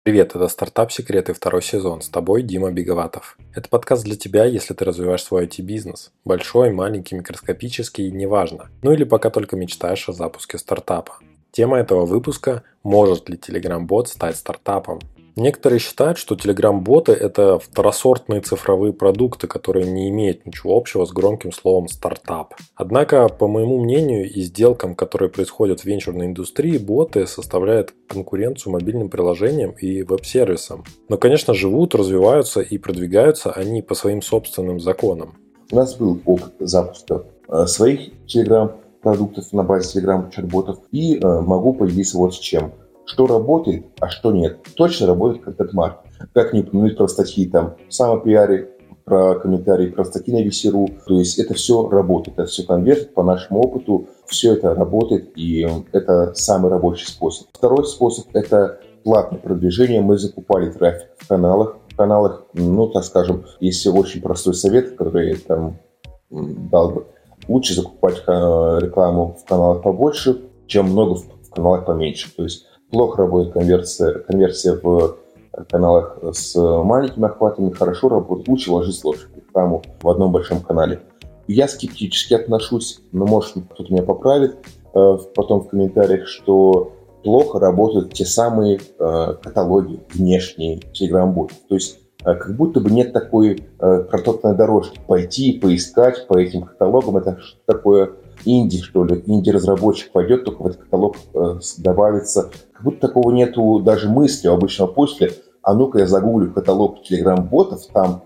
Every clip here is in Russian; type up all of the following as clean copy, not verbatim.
Привет, это «Стартап Секреты», второй сезон. С тобой Дима Беговатов. Это подкаст для тебя, если ты развиваешь свой IT-бизнес. Большой, маленький, микроскопический, неважно. Ну или пока только мечтаешь о запуске стартапа. Тема этого выпуска – может ли Telegram-бот стать стартапом? Некоторые считают, что Telegram-боты – это второсортные цифровые продукты, которые не имеют ничего общего с громким словом «стартап». Однако, по моему мнению, и сделкам, которые происходят в венчурной индустрии, боты составляют конкуренцию мобильным приложениям и веб-сервисам. Но, конечно, живут, развиваются и продвигаются они по своим собственным законам. У нас был опыт запуска своих Telegram-продуктов на базе Telegram-чат-ботов, и могу поделиться вот с чем. Что работает, а что нет. Точно работает контент-маркетинг. Как не упомянуть про статьи там в самопиаре, про комментарии, про статьи на VC.ru. То есть это все работает, это все конвертит по нашему опыту. Все это работает, и это самый рабочий способ. Второй способ – это платное продвижение. Мы закупали трафик в каналах, ну, так скажем, если очень простой совет, который я там дал бы, лучше закупать рекламу в каналах побольше, чем много в каналах поменьше. То есть плохо работает конверсия в каналах с маленькими охватами, хорошо работает, лучше ложить рекламу в одном большом канале. Я скептически отношусь, но может кто-то меня поправит потом в комментариях, что плохо работают те самые каталоги внешние Telegram-ботов. То есть как будто бы нет такой протоптанной дорожки. Пойти и поискать по этим каталогам. Это что такое инди, что ли? Инди-разработчик пойдет, только в этот каталог добавится. Как будто такого нету даже мысли у обычного пользователя. А ну-ка я загуглю каталог Telegram-ботов, там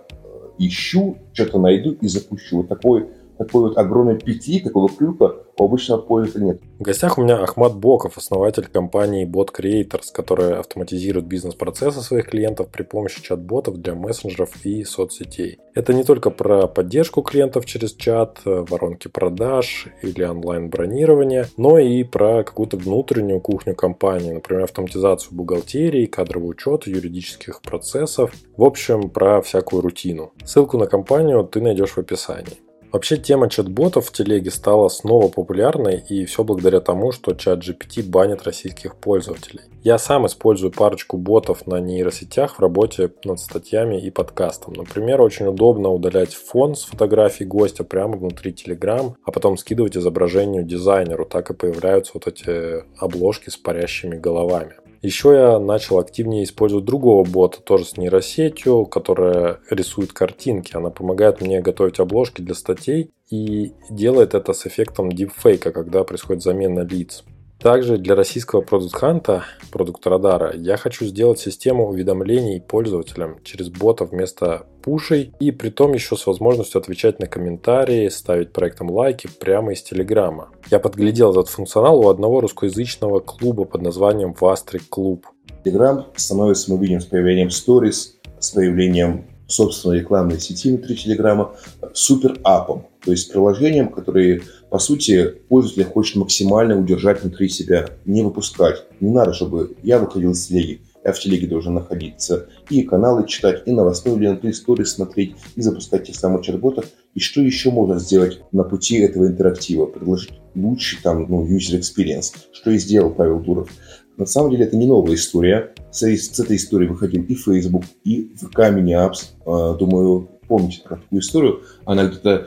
поищу, что-то найду и запущу. Вот такой вот огромный пети, такого крюка у обычного пользователя нет. В гостях у меня Ахмат Боков, основатель компании Bot Creators, которая автоматизирует бизнес-процессы своих клиентов при помощи чат-ботов для мессенджеров и соцсетей. Это не только про поддержку клиентов через чат, воронки продаж или онлайн-бронирование, но и про какую-то внутреннюю кухню компании, например, автоматизацию бухгалтерии, кадровый учет, юридических процессов, в общем, про всякую рутину. Ссылку на компанию ты найдешь в описании. Вообще тема чат-ботов в телеге стала снова популярной, и все благодаря тому, что ChatGPT банит российских пользователей. Я сам использую парочку ботов на нейросетях в работе над статьями и подкастом. Например, очень удобно удалять фон с фотографий гостя прямо внутри Telegram, а потом скидывать изображению дизайнеру, так и появляются вот эти обложки с парящими головами. Еще я начал активнее использовать другого бота, тоже с нейросетью, которая рисует картинки. Она помогает мне готовить обложки для статей и делает это с эффектом дипфейка, когда происходит замена лиц. Также для российского продукт-ханта, продукт-радара, я хочу сделать систему уведомлений пользователям через бота вместо пушей, и притом еще с возможностью отвечать на комментарии, ставить проектам лайки прямо из Телеграма. Я подглядел этот функционал у одного русскоязычного клуба под названием Вастрик Клуб. Telegram становится, мы видим, с появлением Stories, с появлением собственной рекламной сети внутри Телеграма, супер-апом, то есть приложением, которое, по сути, пользователь хочет максимально удержать внутри себя, не выпускать. Не надо, чтобы я выходил из телеги, я в телеге должен находиться, и каналы читать, и новостную ленту, и сторис смотреть, и запускать тех самых чат-ботов. И что еще можно сделать на пути этого интерактива? Предложить лучший user experience, что и сделал Павел Дуров. На самом деле это не новая история. С этой историей выходил и Facebook, и ВК Mini-Apps. Думаю, помните про такую историю. Она где-то,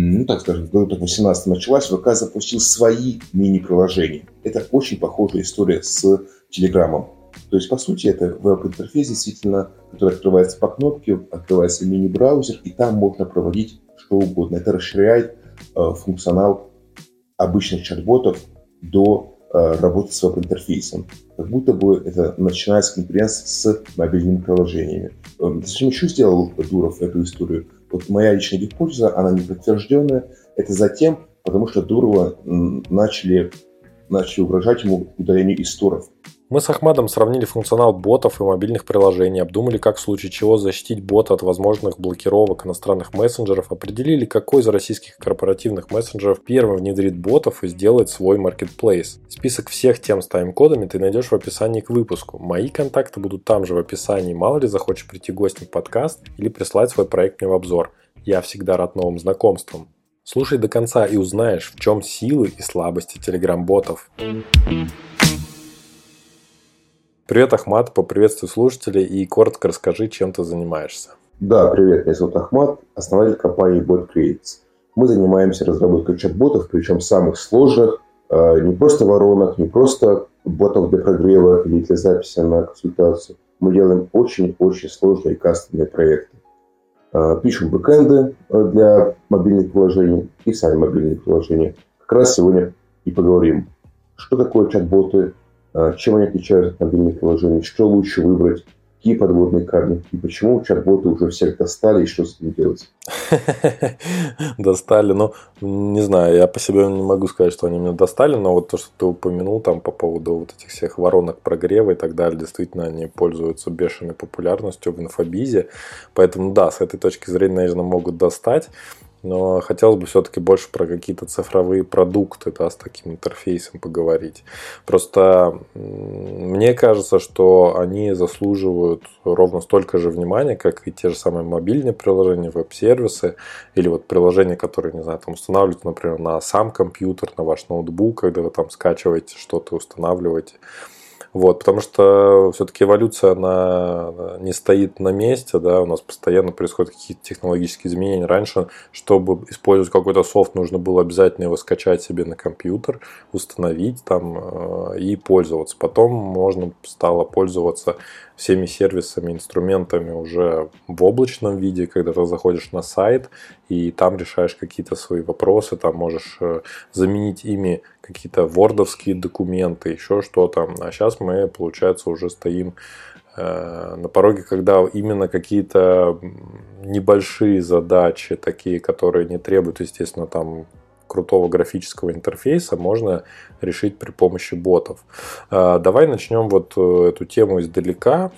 в году 18 началась. ВК запустил свои мини-приложения. Это очень похожая история с Телеграмом. То есть, по сути, это веб-интерфейс, действительно, который открывается по кнопке, открывается мини-браузер, и там можно проводить что угодно. Это расширяет функционал обычных чат-ботов до работы с веб-интерфейсом. Как будто бы это начинается конкуренция с мобильными приложениями. Зачем еще сделал Дуров эту историю? Вот моя личная гипотеза, она не подтвержденная. Это затем, потому что Дурова начали угрожать ему удаление из сторов. Мы с Ахмадом сравнили функционал ботов и мобильных приложений, обдумали, как в случае чего защитить бота от возможных блокировок иностранных мессенджеров, определили, какой из российских корпоративных мессенджеров первым внедрит ботов и сделает свой маркетплейс. Список всех тем с тайм-кодами ты найдешь в описании к выпуску. Мои контакты будут там же в описании, мало ли захочешь прийти гостем в подкаст или прислать свой проект мне в обзор. Я всегда рад новым знакомствам. Слушай до конца и узнаешь, в чем силы и слабости Telegram-ботов. Привет, Ахмат, поприветствуй слушателей и коротко расскажи, чем ты занимаешься. Да, привет, меня зовут Ахмат, основатель компании BotCreates. Мы занимаемся разработкой чат-ботов, причем самых сложных, не просто воронок, не просто ботов для прогрева или для записи на консультацию. Мы делаем очень-очень сложные кастомные проекты. Пишем бэкэнды для мобильных приложений и сами мобильные приложения. Как раз сегодня и поговорим, что такое чат-боты, чем они отличаются от мобильных приложений, что лучше выбрать, какие подводные камни и почему чат-боты уже всех достали и что с этим делать. Достали, ну, не знаю, я по себе не могу сказать, что они меня достали, но вот то, что ты упомянул там по поводу вот этих всех воронок прогрева и так далее, действительно, они пользуются бешеной популярностью в инфобизе, поэтому да, с этой точки зрения, наверное, могут достать. Но хотелось бы все-таки больше про какие-то цифровые продукты, да, с таким интерфейсом поговорить. Просто мне кажется, что они заслуживают ровно столько же внимания, как и те же самые мобильные приложения, веб-сервисы или вот приложения, которые, не знаю, там устанавливаются, например, на сам компьютер, на ваш ноутбук, когда вы там скачиваете что-то, устанавливаете. Вот, потому что все-таки эволюция, она не стоит на месте, да, у нас постоянно происходят какие-то технологические изменения. Раньше, чтобы использовать какой-то софт, нужно было обязательно его скачать себе на компьютер, установить там и пользоваться. Потом можно стало пользоваться всеми сервисами, инструментами уже в облачном виде, когда ты заходишь на сайт и там решаешь какие-то свои вопросы, там можешь заменить ими какие-то вордовские документы, еще что-то. А сейчас мы, получается, уже стоим на пороге, когда именно какие-то небольшие задачи, такие, которые не требуют, естественно, там крутого графического интерфейса, можно решить при помощи ботов. Давай начнем вот эту тему издалека,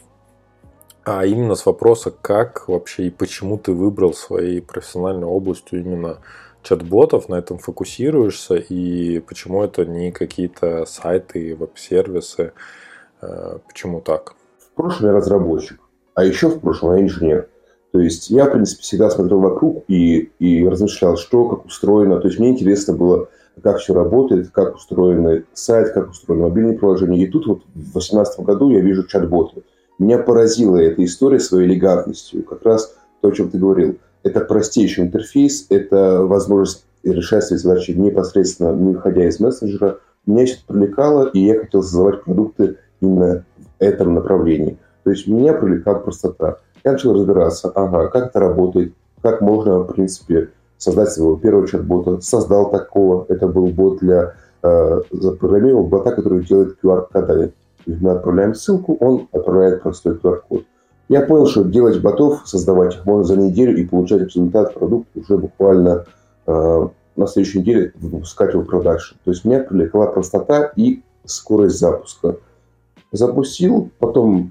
а именно с вопроса, как вообще и почему ты выбрал своей профессиональной областью именно чат-ботов, на этом фокусируешься, и почему это не какие-то сайты, веб-сервисы, почему так? В прошлом я разработчик, а еще в прошлом я инженер. То есть я, в принципе, всегда смотрел вокруг и размышлял, что, как устроено. То есть мне интересно было, как все работает, как устроен сайт, как устроено мобильное приложение. И тут вот в 2018 году я вижу чат-боты. Меня поразила эта история своей элегантностью. Как раз то, о чем ты говорил. Это простейший интерфейс, это возможность решать свои задачи непосредственно, не выходя из мессенджера. Меня это привлекало, и я хотел создавать продукты именно в этом направлении. То есть меня привлекала простота. Я начал разбираться, как это работает, как можно, в принципе, создать своего первого чат-бота. Создал такого. Это был бот запрограммировал бота, который делает QR-коды. Мы отправляем ссылку, он отправляет простой QR-код. Я понял, что делать ботов, создавать их можно за неделю и получать результат, продукт уже буквально на следующей неделе выпускать его в продакшн. То есть меня привлекла простота и скорость запуска. Запустил, потом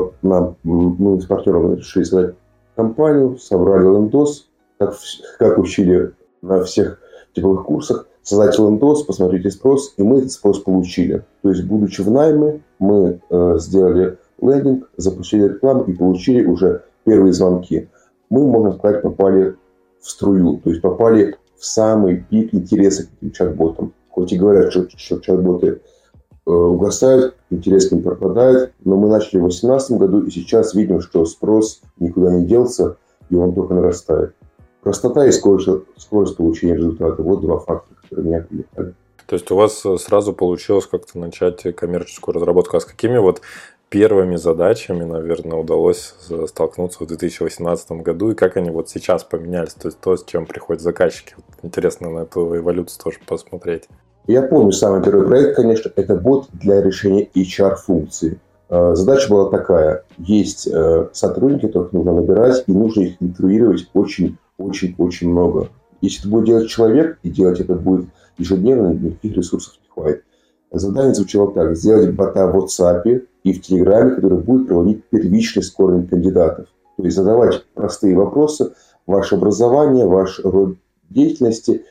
мы с партнером решили создать компанию, собрали лендос, как учили на всех типовых курсах, создать лендос, посмотрите спрос, и мы этот спрос получили. То есть, будучи в найме, мы сделали лендинг, запустили рекламу и получили уже первые звонки. Мы, можно сказать, попали в струю, то есть попали в самый пик интереса к этим чат-ботам. Хоть и говорят, что чат-боты угасают, интерес к ним пропадает, но мы начали в 2018 году и сейчас видим, что спрос никуда не делся, и он только нарастает. Простота и скорость получения результата – вот два фактора, которые меня привлекали. То есть у вас сразу получилось как-то начать коммерческую разработку. А с какими вот первыми задачами, наверное, удалось столкнуться в 2018 году, и как они вот сейчас поменялись, то есть то, с чем приходят заказчики? Вот интересно на эту эволюцию тоже посмотреть. Я помню, самый первый проект, конечно, это бот для решения HR-функции. Задача была такая. Есть сотрудники, которых нужно набирать, и нужно их интегрировать очень много. Если это будет делать человек, и делать это будет ежедневно, никаких ресурсов не хватит. Задание звучало так. Сделать бота в WhatsApp и в Telegram, который будет проводить первичный скоринг кандидатов. То есть задавать простые вопросы. Ваше образование, ваш род деятельности,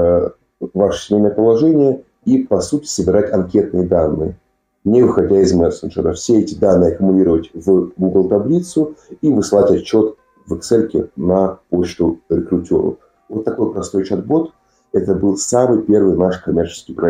ваше семейное положение и, по сути, собирать анкетные данные, не выходя из мессенджера. Все эти данные аккумулировать в Google таблицу и выслать отчет в Excel на почту рекрутеру. Вот такой простой чат-бот. Это был самый первый наш коммерческий проект.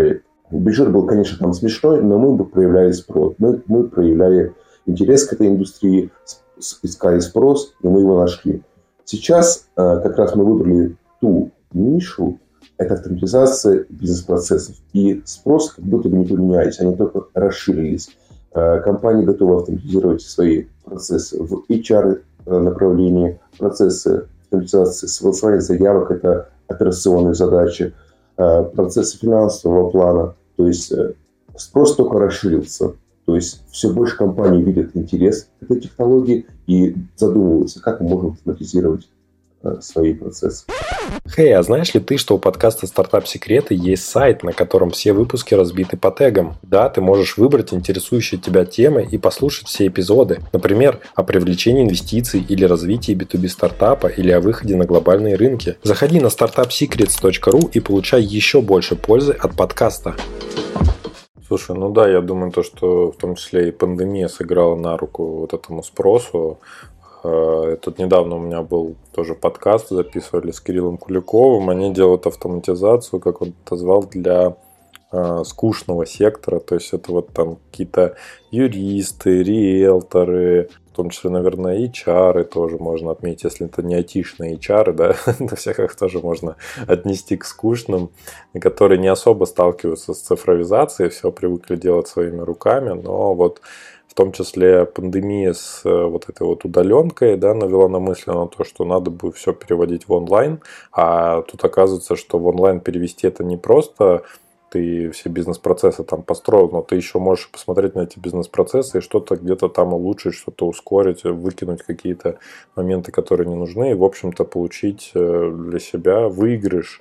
Бюджет был, конечно, там смешной, но мы бы проявляли спрос. Мы проявляли интерес к этой индустрии, искали спрос, и мы его нашли. Сейчас как раз мы выбрали ту нишу, это автоматизация бизнес-процессов. И спрос как будто бы не поменялись, они только расширились. Компании готовы автоматизировать свои процессы в HR направлении, процессы автоматизации согласования заявок, это операционные задачи, процессы финансового плана. То есть спрос только расширился. То есть все больше компаний видят интерес к этой технологии и задумываются, как мы можем автоматизировать свои процессы. А знаешь ли ты, что у подкаста «Стартап Секреты» есть сайт, на котором все выпуски разбиты по тегам? Да, ты можешь выбрать интересующие тебя темы и послушать все эпизоды. Например, о привлечении инвестиций или развитии B2B стартапа или о выходе на глобальные рынки. Заходи на startupsecrets.ru и получай еще больше пользы от подкаста. Слушай, я думаю, что в том числе и пандемия сыграла на руку вот этому спросу. Тут недавно у меня был тоже подкаст, записывали с Кириллом Куликовым. Они делают автоматизацию, как он назвал, для скучного сектора. То есть это вот там какие-то юристы, риэлторы, в том числе, наверное, HR тоже можно отметить, если это не айтишные HR, да, до всех их тоже можно отнести к скучным, которые не особо сталкиваются с цифровизацией, все привыкли делать своими руками, но вот в том числе пандемия с вот этой вот удаленкой, да, навела на мысль на то, что надо бы все переводить в онлайн, а тут оказывается, что в онлайн перевести это не просто ты все бизнес-процессы там построил, но ты еще можешь посмотреть на эти бизнес-процессы и что-то где-то там улучшить, что-то ускорить, выкинуть какие-то моменты, которые не нужны, и, в общем-то, получить для себя выигрыш,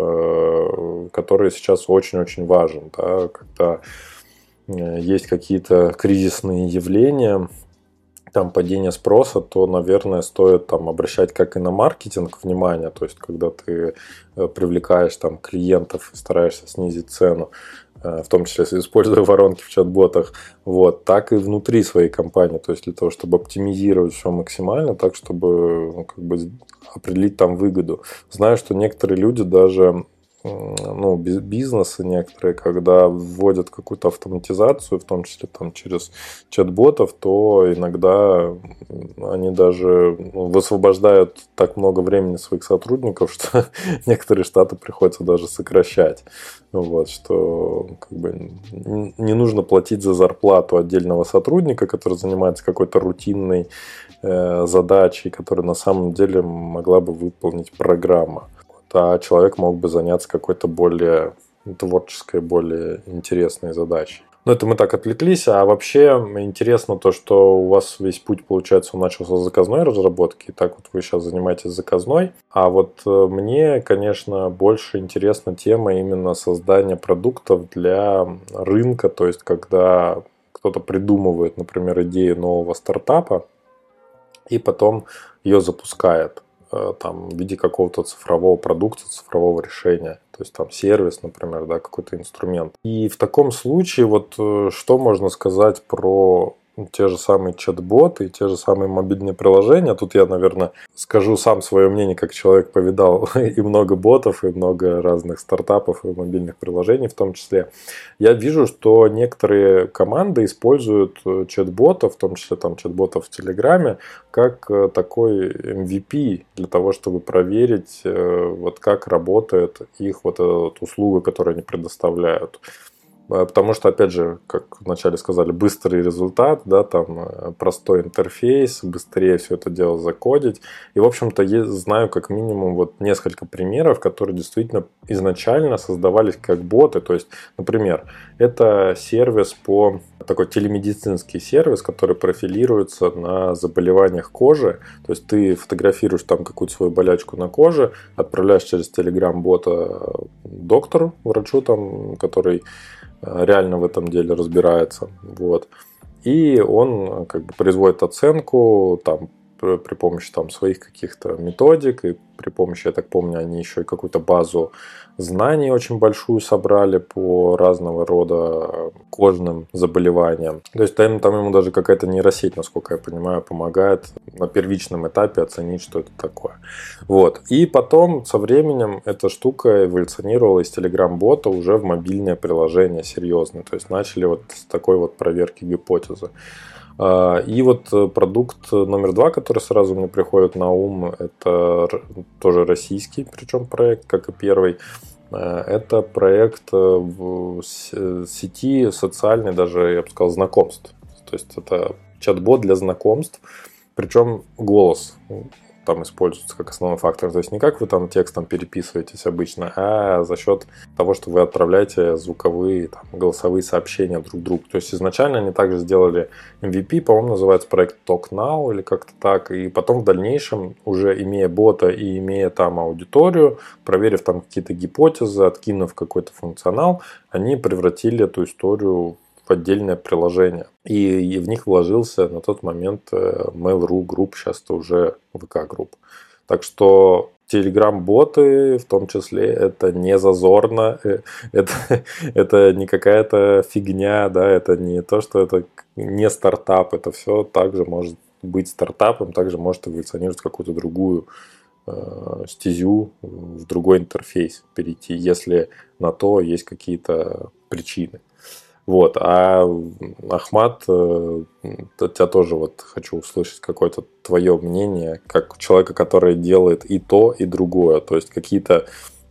который сейчас очень-очень важен, да, когда есть какие-то кризисные явления, там падение спроса, то, наверное, стоит там обращать как и на маркетинг внимание, то есть когда ты привлекаешь там клиентов и стараешься снизить цену, в том числе используя воронки в чат-ботах, вот, так и внутри своей компании, то есть для того, чтобы оптимизировать все максимально, так, чтобы определить там выгоду. Знаю, что некоторые люди даже бизнесы некоторые, когда вводят какую-то автоматизацию, в том числе там через чат-ботов, то иногда они даже высвобождают так много времени своих сотрудников, что некоторые штаты приходится даже сокращать. Вот, что не нужно платить за зарплату отдельного сотрудника, который занимается какой-то рутинной задачей, которую на самом деле могла бы выполнить программа. А человек мог бы заняться какой-то более творческой, более интересной задачей. Это мы так отвлеклись, а вообще интересно то, что у вас весь путь, получается, он начался с заказной разработки, и так вот вы сейчас занимаетесь заказной, а вот мне, конечно, больше интересна тема именно создания продуктов для рынка, то есть когда кто-то придумывает, например, идею нового стартапа и потом ее запускает там, в виде какого-то цифрового продукта, цифрового решения. То есть там сервис, например, да, какой-то инструмент. И в таком случае что можно сказать про те же самые чат-боты и те же самые мобильные приложения. Тут я, наверное, скажу сам свое мнение, как человек повидал и много ботов, и много разных стартапов, и мобильных приложений в том числе. Я вижу, что некоторые команды используют чат-ботов, в том числе там чат-ботов в Телеграме, как такой MVP для того, чтобы проверить, как работает их эта услуга, которую они предоставляют. Потому что, опять же, как вначале сказали, быстрый результат, да, там простой интерфейс, быстрее все это дело закодить. И, в общем-то, знаю как минимум несколько примеров, которые действительно изначально создавались как боты. То есть, например, это сервис такой телемедицинский сервис, который профилируется на заболеваниях кожи. То есть ты фотографируешь там какую-то свою болячку на коже, отправляешь через Telegram-бота доктору, врачу, там, который реально в этом деле разбирается. Вот. И он производит оценку, там, при помощи там своих каких-то методик, и при помощи, я так помню, они еще и какую-то базу знаний очень большую собрали по разного рода кожным заболеваниям. То есть там ему даже какая-то нейросеть, насколько я понимаю, помогает на первичном этапе оценить, что это такое. Вот. И потом со временем эта штука эволюционировала из Telegram-бота уже в мобильное приложение серьезное. То есть начали вот с такой вот проверки гипотезы. И вот продукт номер 2, который сразу мне приходит на ум, это тоже российский, причем проект, как и первый. Это проект в сети социальной, даже, я бы сказал, знакомств. То есть это чат-бот для знакомств, причем голос там используется как основной фактор. То есть не как вы там текстом переписываетесь обычно, а за счет того, что вы отправляете звуковые, там, голосовые сообщения друг другу. То есть изначально они также сделали MVP, по-моему, называется проект Talk Now или как-то так. И потом в дальнейшем, уже имея бота и имея там аудиторию, проверив там какие-то гипотезы, откинув какой-то функционал, они превратили эту историю в отдельное приложение. И в них вложился на тот момент Mail.ru Group, сейчас это уже VK Group. Так что Telegram-боты, в том числе, это не зазорно, это не какая-то фигня, да, это не то, что это не стартап, это все также может быть стартапом, также может эволюционировать в какую-то другую стезю, в другой интерфейс перейти, если на то есть какие-то причины. Вот, а Ахмат, тебя тоже вот хочу услышать какое-то твое мнение, как человека, который делает и то, и другое. То есть какие-то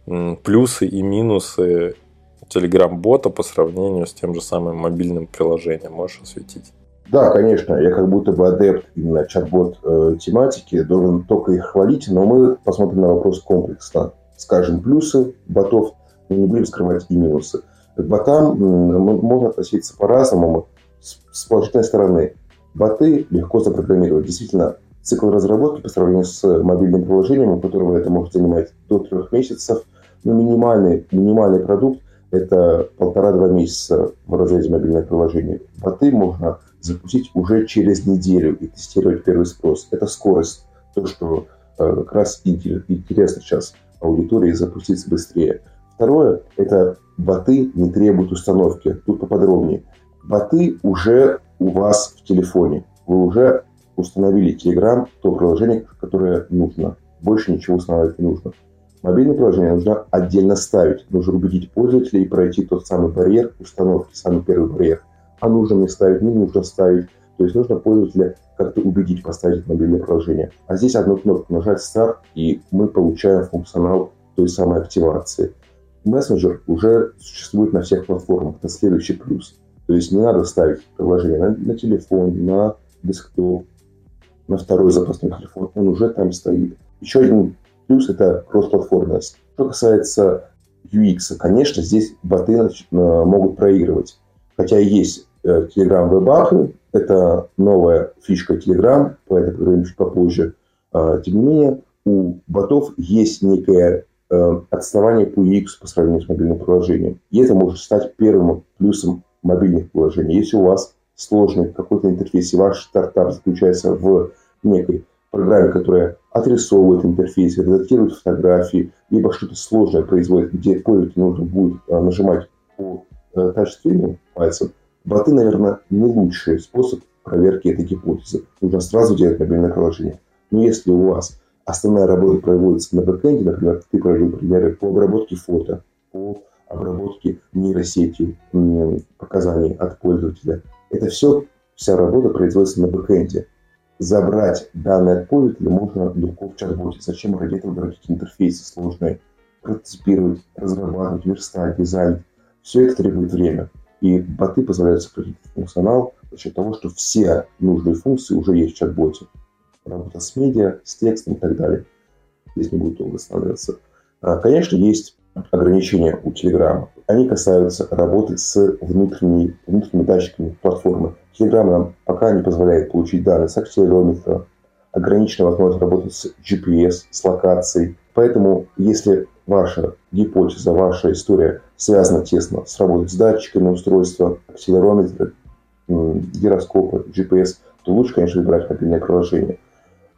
плюсы и минусы Telegram-бота по сравнению с тем же самым мобильным приложением. Можешь осветить? Да, конечно, я как будто бы адепт именно чат-бот тематики, должен только их хвалить, но мы посмотрим на вопрос комплексно. Скажем плюсы ботов, но не будем скрывать и минусы. К ботам можно относиться по-разному. С положительной стороны, боты легко запрограммировать. Действительно, цикл разработки по сравнению с мобильным приложением, у которого это может занимать до 3 месяцев, но минимальный продукт – это 1,5-2 месяца в разрезе мобильного приложения. Боты можно запустить уже через неделю и тестировать первый спрос. Это скорость, то, что как раз интересно сейчас аудитории запуститься быстрее. Второе – это боты не требуют установки. Тут поподробнее. Боты уже у вас в телефоне. Вы уже установили Telegram, то приложение, которое нужно. Больше ничего устанавливать не нужно. Мобильное приложение нужно отдельно ставить. Нужно убедить пользователя и пройти тот самый барьер установки, самый первый барьер. А нужно мне ставить, не нужно ставить. То есть нужно пользователя как-то убедить поставить мобильное приложение. А здесь одну кнопку нажать «Старт», и мы получаем функционал той самой активации. Мессенджер уже существует на всех платформах. Это следующий плюс. То есть не надо ставить приложение на телефон, на десктоп, на второй запасной телефон. Он уже там стоит. Еще один плюс – это кроссплатформенность. Что касается UX, конечно, здесь боты могут проигрывать. Хотя и есть Telegram Web App, это новая фишка Telegram, по этой поговорим чуть попозже. Тем не менее, у ботов есть некое отставание по UX по сравнению с мобильным приложением. И это может стать первым плюсом мобильных приложений. Если у вас сложный какой-то интерфейс, и ваш стартап заключается в некой программе, которая отрисовывает интерфейс, редактирует фотографии, либо что-то сложное производит, где пользователю нужно будет нажимать по тачскрину пальцем, боты, наверное, не лучший способ проверки этой гипотезы. Нужно сразу делать мобильное приложение. Но если у вас основная работа проводится на бэкэнде, например, ты проводил примеры по обработке фото, по обработке нейросетью показаний от пользователя. Это все, вся работа производится на бэкэнде. Забрать данные от пользователя можно легко в чат-боте. Зачем ради этого брать интерфейсы сложные, прототипировать, разрабатывать, верстать, дизайн. Все это требует время. И боты позволяют сократить функционал за счет того, что все нужные функции уже есть в чат-боте. Работа с медиа, с текстом и так далее. Здесь не буду долго останавливаться. Конечно, есть ограничения у Telegram. Они касаются работы с внутренними датчиками платформы. Telegram нам пока не позволяет получить данные с акселерометра, ограничена возможность работать с GPS, с локацией. Поэтому, если ваша гипотеза, ваша история связана тесно с работой с датчиками устройства, акселерометра, гироскопа, GPS, то лучше, конечно, выбирать мобильное приложение.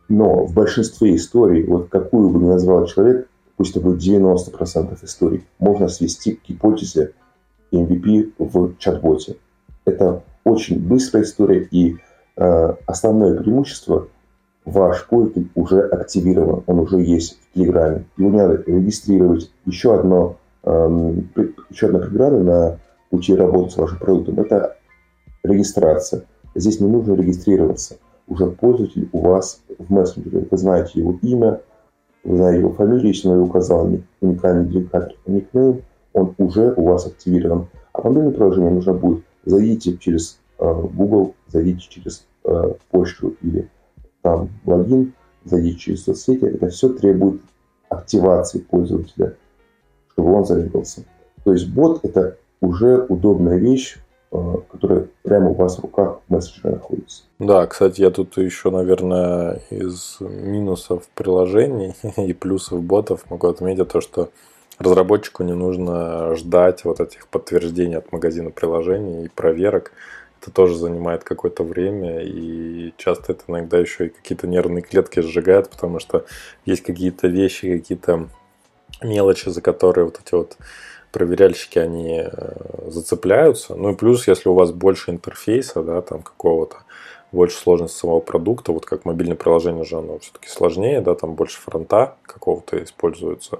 Но в большинстве историй, вот какую бы ни назвал человек, пусть это будет 90% историй, можно свести к гипотезе MVP в чат-боте. Это очень быстрая история, и основное преимущество — ваш пользователь уже активирован, он уже есть в Телеграме. Его не надо регистрировать. Еще одна преграда на пути работы с вашим продуктом — это регистрация. Здесь не нужно регистрироваться. Уже пользователь у вас в мессенджере. Вы знаете его имя, вы знаете его фамилию, если вы указал уникальный идентификатор никнейм, он уже у вас активирован. А мобильное приложение нужно будет: зайдите через Google, зайдите через почту или там логин, зайдите через соцсети. Это все требует активации пользователя, чтобы он зарегался. То есть бот — это уже удобная вещь, которая прямо у вас в руках в мессенджере находится. Да, кстати, я тут еще, наверное, из минусов приложений и плюсов ботов могу отметить то, что разработчику не нужно ждать вот этих подтверждений от магазина приложений и проверок. Это тоже занимает какое-то время, и часто это иногда еще и какие-то нервные клетки сжигает, потому что есть какие-то вещи, какие-то мелочи, за которые вот эти вот проверяльщики, они зацепляются. Ну и плюс, если у вас больше интерфейса, да, там какого-то, больше сложности самого продукта, вот как мобильное приложение же, оно все-таки сложнее, да, там больше фронта какого-то используется,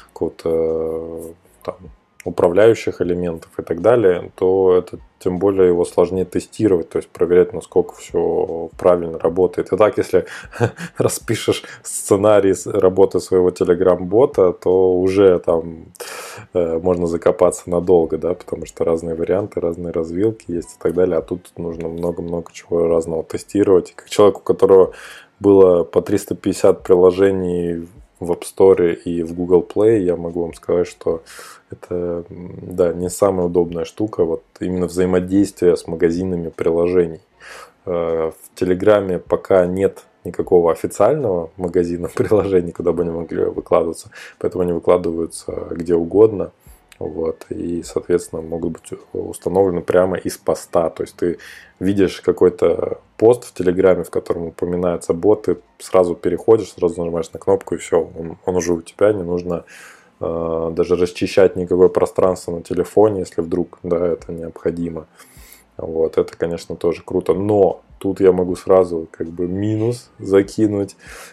какого-то там управляющих элементов и так далее, то это тем более его сложнее тестировать, то есть проверять, насколько все правильно работает. И так, если распишешь сценарий работы своего Telegram-бота, то уже там можно закопаться надолго, да, потому что разные варианты, разные развилки есть и так далее, а тут нужно много-много чего разного тестировать. И как человеку, у которого было по 350 приложений в App Store и в Google Play, я могу вам сказать, что это, да, не самая удобная штука, вот именно взаимодействие с магазинами приложений. В Телеграме пока нет никакого официального магазина приложений, куда бы они могли выкладываться, поэтому они выкладываются где угодно. Вот, и, соответственно, могут быть установлены прямо из поста. То есть ты видишь какой-то пост в Телеграме, в котором упоминается бот, ты сразу переходишь, сразу нажимаешь на кнопку, и все, он уже у тебя, не нужно даже расчищать никакое пространство на телефоне, если вдруг, да, это необходимо. Вот, это, конечно, тоже круто. Но тут я могу сразу как бы минус закинуть,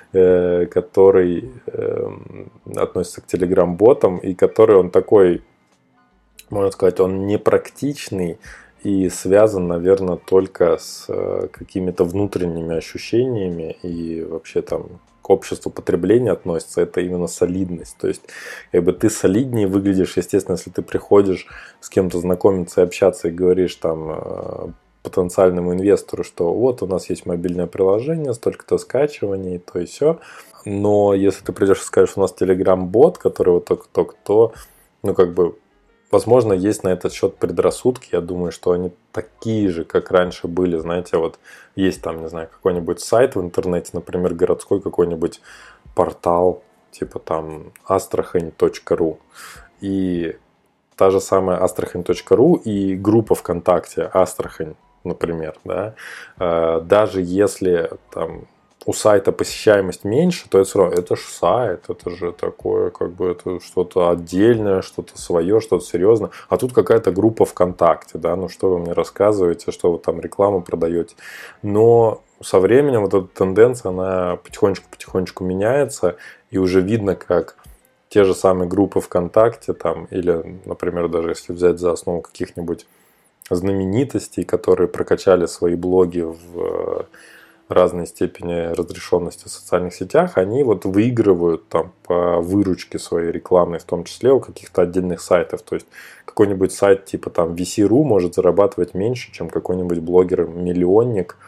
который относится к Telegram-ботам, и который он такой, можно сказать, он непрактичный и связан, наверное, только с какими-то внутренними ощущениями и вообще там к обществу потребления относится, это именно солидность. То есть, как бы ты солиднее выглядишь, естественно, если ты приходишь с кем-то знакомиться и общаться и говоришь там потенциальному инвестору, что вот у нас есть мобильное приложение, столько-то скачиваний, то и все. Но если ты придешь и скажешь, у нас Telegram-бот, который вот только-только, то, ну, как бы, возможно, есть на этот счет предрассудки. Я думаю, что они такие же, как раньше были. Знаете, вот есть там, не знаю, какой-нибудь сайт в интернете, например, городской какой-нибудь портал, типа там astrahань.ru. И та же самая astrahань.ru и группа ВКонтакте Астрахань, например, да, даже если там у сайта посещаемость меньше, то это все равно, это же сайт, это же такое, как бы, это что-то отдельное, что-то свое, что-то серьезное. А тут какая-то группа ВКонтакте, да, ну что вы мне рассказываете, что вы там рекламу продаете. Но со временем вот эта тенденция, она потихонечку меняется, и уже видно, как те же самые группы ВКонтакте, там, или, например, даже если взять за основу каких-нибудь знаменитостей, которые прокачали свои блоги в разной степени разрешенности в социальных сетях, они вот выигрывают там по выручке своей рекламной, в том числе у каких-то отдельных сайтов. То есть какой-нибудь сайт типа там VC.ru может зарабатывать меньше, чем какой-нибудь блогер-миллионник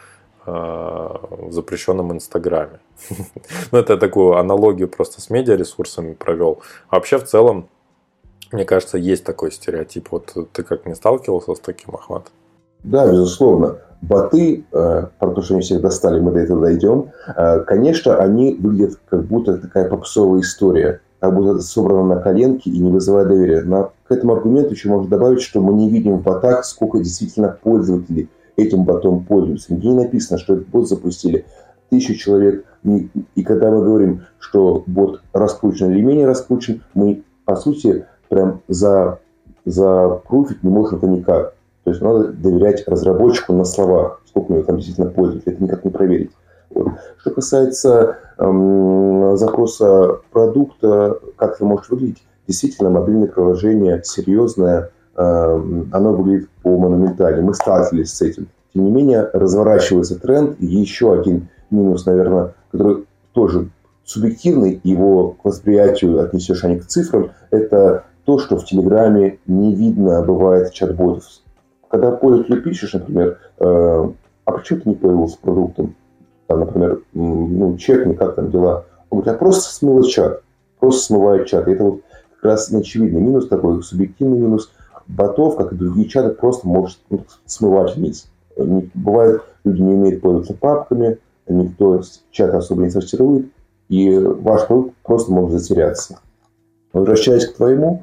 в запрещенном Инстаграме. Ну, это я такую аналогию просто с медиаресурсами провел. А вообще, в целом, мне кажется, есть такой стереотип. Вот ты как не сталкивался с таким, Ахмат? Да, безусловно. Боты, про то, что они всех достали, мы до этого дойдем, конечно, они выглядят как будто такая попсовая история, как будто это собрано на коленке и не вызывает доверия. К этому аргументу еще можно добавить, что мы не видим в ботах, сколько действительно пользователей этим ботом пользуются. Нигде не написано, что этот бот запустили 1000 человек. И когда мы говорим, что бот раскручен или менее раскручен, мы, по сути, прям запруфить не можем это никак. То есть надо доверять разработчику на словах, сколько у него там действительно пользователей. Это никак не проверить. Вот. Что касается запроса продукта, как это может выглядеть, действительно, мобильное приложение серьезное, оно выглядит по монументали. Мы сталкивались с этим. Тем не менее, разворачивается тренд. И еще один минус, наверное, который тоже субъективный, его к восприятию отнесешь, а не к цифрам, это то, что в Телеграме не видно, бывает, чат-ботов. Когда пользователю пишешь, например, а почему ты не появился с продуктом? Там, например, чекни, как там дела. Он говорит, просто смыло чат. Просто смывает чат. И это вот как раз неочевидный минус такой, субъективный минус. Ботов, как и другие чаты, просто может смывать вниз. Бывает, люди не умеют пользоваться папками, никто чат особо не сортирует, и ваш продукт просто может затеряться. Возвращаясь к твоему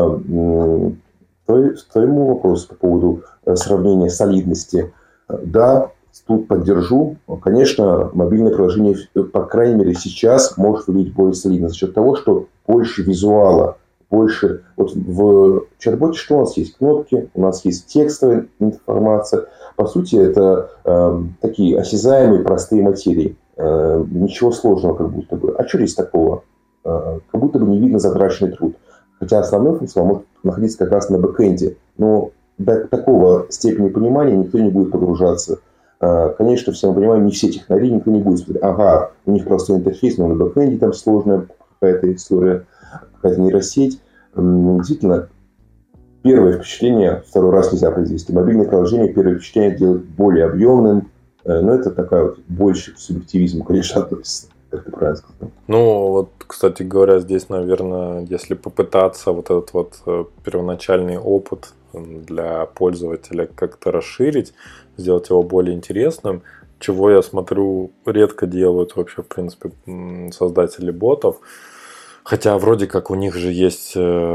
вопросу по поводу сравнения солидности, да, тут поддержу. Конечно, мобильное приложение, по крайней мере, сейчас может выглядеть более солидно за счет того, что больше визуала, больше... Вот в чат-боте что у нас есть? Кнопки, у нас есть текстовая информация. По сути, это такие осязаемые, простые материи. Ничего сложного как будто бы. А что здесь такого? Как будто бы не видно затраченный труд. Хотя основной функционал может находиться как раз на бэкэнде. Но до такого степени понимания никто не будет погружаться. Конечно, все мы понимаем, не все технари, никто не будет сказать, ага, у них простой интерфейс, но на бэкэнде там сложная какая-то история, какая-то нейросеть. Действительно, первое впечатление второй раз нельзя произвести. Мобильное приложение первое впечатление делает более объемным, но это такая вот больше к субъективизму, конечно, относится. Как ты правильно сказал. Ну, вот, кстати говоря, здесь, наверное, если попытаться вот этот вот первоначальный опыт для пользователя как-то расширить, сделать его более интересным, чего я смотрю, редко делают вообще, в принципе, создатели ботов. Хотя вроде как у них же есть,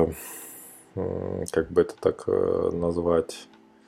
как бы это так назвать,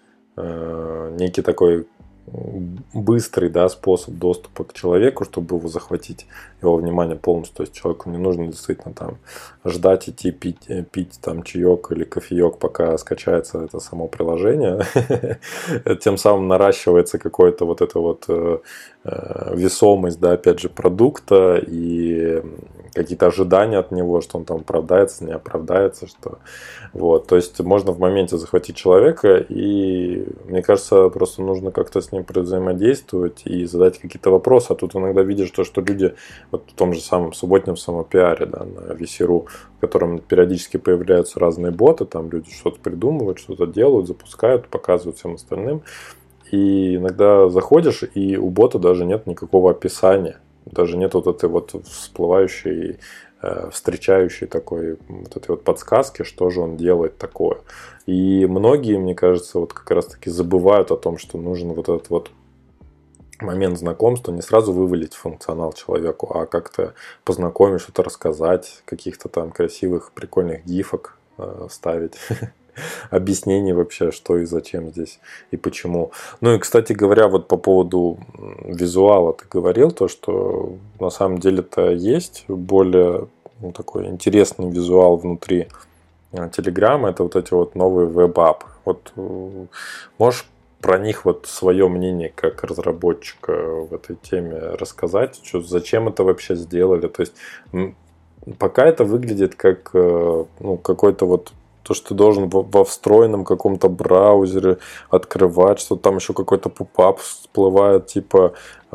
некий такой быстрый, да, способ доступа к человеку, чтобы его захватить, его внимание полностью. То есть человеку не нужно действительно там ждать, идти пить там чаек или кофеек, пока скачается это само приложение. Тем самым наращивается какая-то вот эта вот весомость, да, опять же, продукта и какие-то ожидания от него, что он там оправдается, не оправдается, что вот. То есть можно в моменте захватить человека, и мне кажется, просто нужно как-то с ним взаимодействовать и задать какие-то вопросы. А тут иногда видишь то, что люди вот в том же самом субботнем самопиаре, да, на VC.ru, в котором периодически появляются разные боты, там люди что-то придумывают, что-то делают, запускают, показывают всем остальным. И иногда заходишь, и у бота даже нет никакого описания. Даже нет вот этой вот всплывающей, встречающей такой вот этой вот подсказки, что же он делает такое. И многие, мне кажется, вот как раз таки забывают о том, что нужен вот этот вот момент знакомства, не сразу вывалить функционал человеку, а как-то познакомить, что-то рассказать, каких-то там красивых, прикольных гифок ставить. Объяснений вообще, что и зачем здесь и почему. Ну и, кстати говоря, вот по поводу визуала ты говорил, то, что на самом деле-то есть более такой интересный визуал внутри Телеграма, это вот эти вот новые веб-аппы. Вот можешь про них вот свое мнение как разработчика в этой теме рассказать, что, зачем это вообще сделали? То есть пока это выглядит как какой-то вот то, что ты должен во встроенном каком-то браузере открывать, что там еще какой-то поп-ап всплывает, типа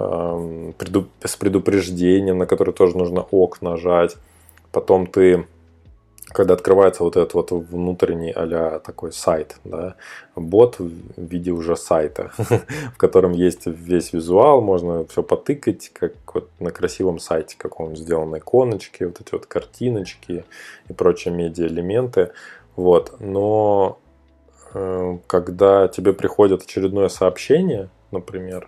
с предупреждением, на который тоже нужно ок нажать. Потом ты, когда открывается вот этот вот внутренний а-ля такой сайт, да, бот в виде уже сайта, в котором есть весь визуал, можно все потыкать, как вот на красивом сайте каком-нибудь сделаны иконочки, вот эти вот картиночки и прочие медиа-элементы. Вот. Но когда тебе приходит очередное сообщение, например,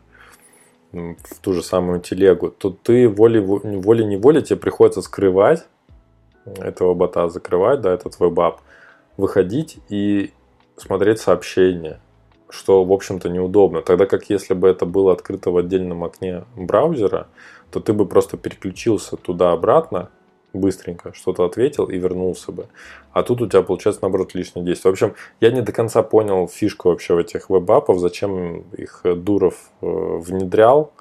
в ту же самую телегу, то ты волей-неволей тебе приходится скрывать этого бота, закрывать, да, этот веб-ап, выходить и смотреть сообщения, что, в общем-то, неудобно. Тогда как если бы это было открыто в отдельном окне браузера, то ты бы просто переключился туда-обратно, быстренько что-то ответил и вернулся бы. А тут у тебя получается, наоборот, лишнее действие. В общем, я не до конца понял фишку вообще в этих веб-апов, зачем их Дуров внедрял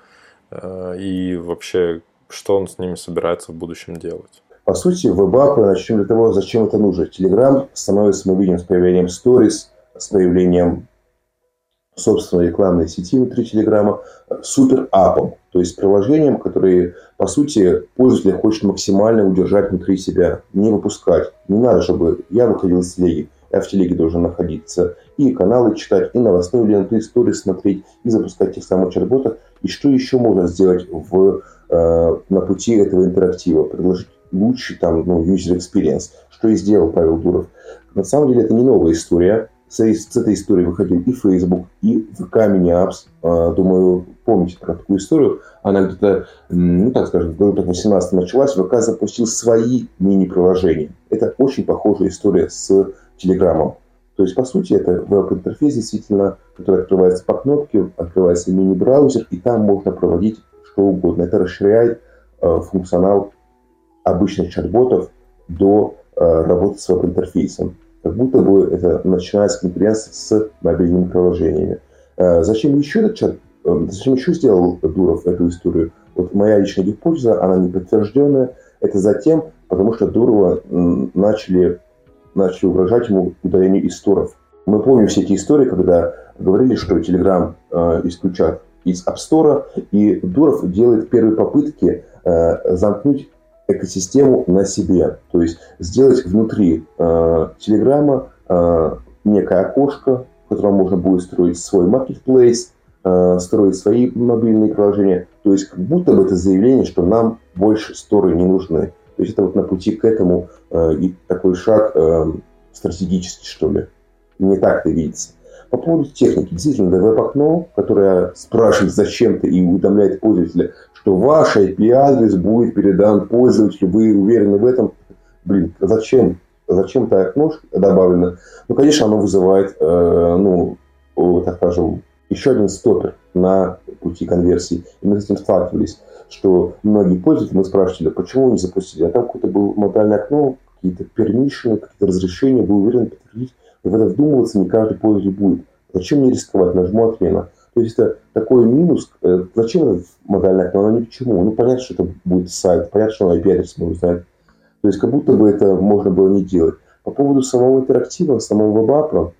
и вообще, что он с ними собирается в будущем делать. По сути, веб-апы, начнем для того, зачем это нужно. Telegram становится, мы видим, с появлением Stories, с появлением собственной рекламной сети внутри Телеграма, супер-апом, то есть приложением, которое, по сути, пользователь хочет максимально удержать внутри себя, не выпускать. Не надо, чтобы я выходил из телеги, я в телеге должен находиться, и каналы читать, и новостную ленту, и истории смотреть, и запускать тех самых чат-ботов. И что еще можно сделать на пути этого интерактива? Предложить лучший user experience, что и сделал Павел Дуров. На самом деле это не новая история. С этой историей выходил и Facebook, и ВК Mini-Apps. Думаю, помните про такую историю. Она где-то, так скажем, в году 2018 началась. ВК запустил свои мини-приложения. Это очень похожая история с Телеграмом. То есть, по сути, это веб-интерфейс, действительно, который открывается по кнопке, открывается мини-браузер, и там можно проводить что угодно. Это расширяет функционал обычных чат-ботов до работы с веб-интерфейсом. Как будто бы это начинается конкуренция с мобильными приложениями. Зачем еще сделал Дуров эту историю? Вот моя личная гипотеза, она не подтвержденная. Это затем, потому что Дурова начали угрожать ему удаление из сторов. Мы помним все эти истории, когда говорили, что Telegram исключат из App Store, и Дуров делает первые попытки замкнуть экосистему на себе. То есть сделать внутри Телеграма некое окошко, в котором можно будет строить свой маркетплейс, строить свои мобильные приложения. То есть как будто бы это заявление, что нам больше сторы не нужны. То есть это вот на пути к этому и такой шаг стратегический, что ли. Не так-то видится. По поводу техники. Действительно, веб-окно, которое спрашивает зачем-то и уведомляет пользователя, что ваш IP-адрес будет передан пользователю, вы уверены в этом? Зачем? Зачем это окно добавлено? Конечно, оно вызывает, так скажем, еще один стопер на пути конверсии. И мы с этим сталкивались, что многие пользователи, мы спрашивали, почему не запустили? А там какое-то было мобильное окно, какие-то пермишины, какие-то разрешения, вы уверены подтвердить? И в это вдумываться не каждый пользователь будет. Зачем мне рисковать? Нажму отмена. То есть это такой минус. Зачем это модальное окно? Оно ни к чему. Понятно, что это будет сайт, понятно, что он IP-адрес может знать. То есть как будто бы это можно было не делать. По поводу самого интерактива, самого веб-апа,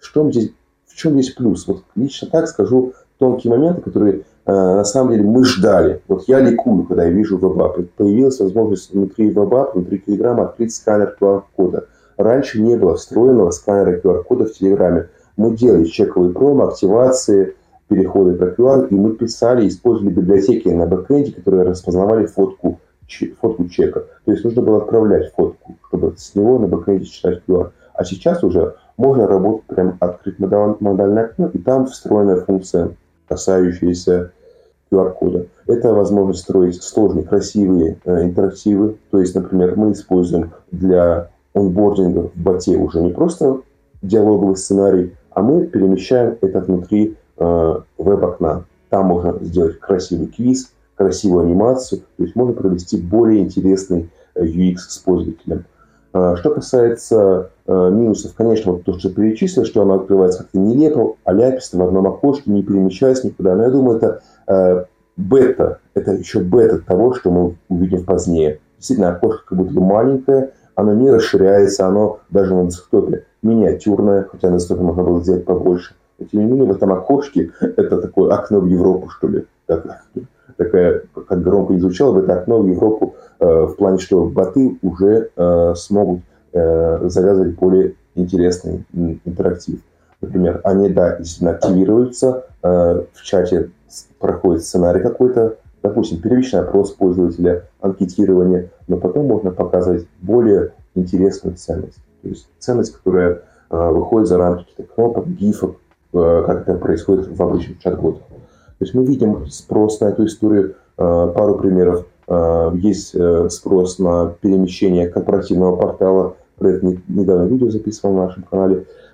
в чем здесь плюс? Вот лично так скажу тонкие моменты, которые на самом деле мы ждали. Вот я ликую, когда я вижу веб-ап. Появилась возможность внутри веб-апа, внутри Телеграма открыть сканер QR-кода. Раньше не было встроенного сканера QR-кода в Телеграме. Мы делали чековые промо, активации, переходы по QR, и мы писали, использовали библиотеки на бэкэнде, которые распознавали фотку чека. То есть нужно было отправлять фотку, чтобы с него на бэкэнде читать QR. А сейчас уже можно работать, прям открыть модальное окно, и там встроенная функция, касающаяся QR-кода. Это возможность строить сложные, красивые интерактивы. То есть, например, мы используем для онбординга в боте уже не просто диалоговый сценарий, а мы перемещаем это внутри веб-окна. Там можно сделать красивый квиз, красивую анимацию, то есть можно провести более интересный UX с пользователем. Что касается минусов, конечно, вот то, что перечислил, что оно открывается как-то нелепо, аляписто в одном окошке, не перемещаясь никуда. Но я думаю, это бета, это еще бета того, что мы увидим позднее. Действительно, окошко как будто бы маленькое, оно не расширяется, оно даже на десктопе миниатюрное, хотя на десктопе можно было сделать побольше. Но тем не менее, в этом окошке это такое окно в Европу, что ли. Такая, как громко не звучало, это окно в Европу в плане, что боты уже смогут завязывать более интересный интерактив. Например, они, действительно активируются, в чате проходит сценарий какой-то, допустим, первичный опрос пользователя, анкетирование, но потом можно показывать более интересную ценность. То есть ценность, которая выходит за рамки каких-то кнопок, гифок, как это происходит в обычных чат-ботах. То есть мы видим спрос на эту историю. Пару примеров. Есть спрос на перемещение корпоративного портала. Про это недавно видео записывал на нашем канале.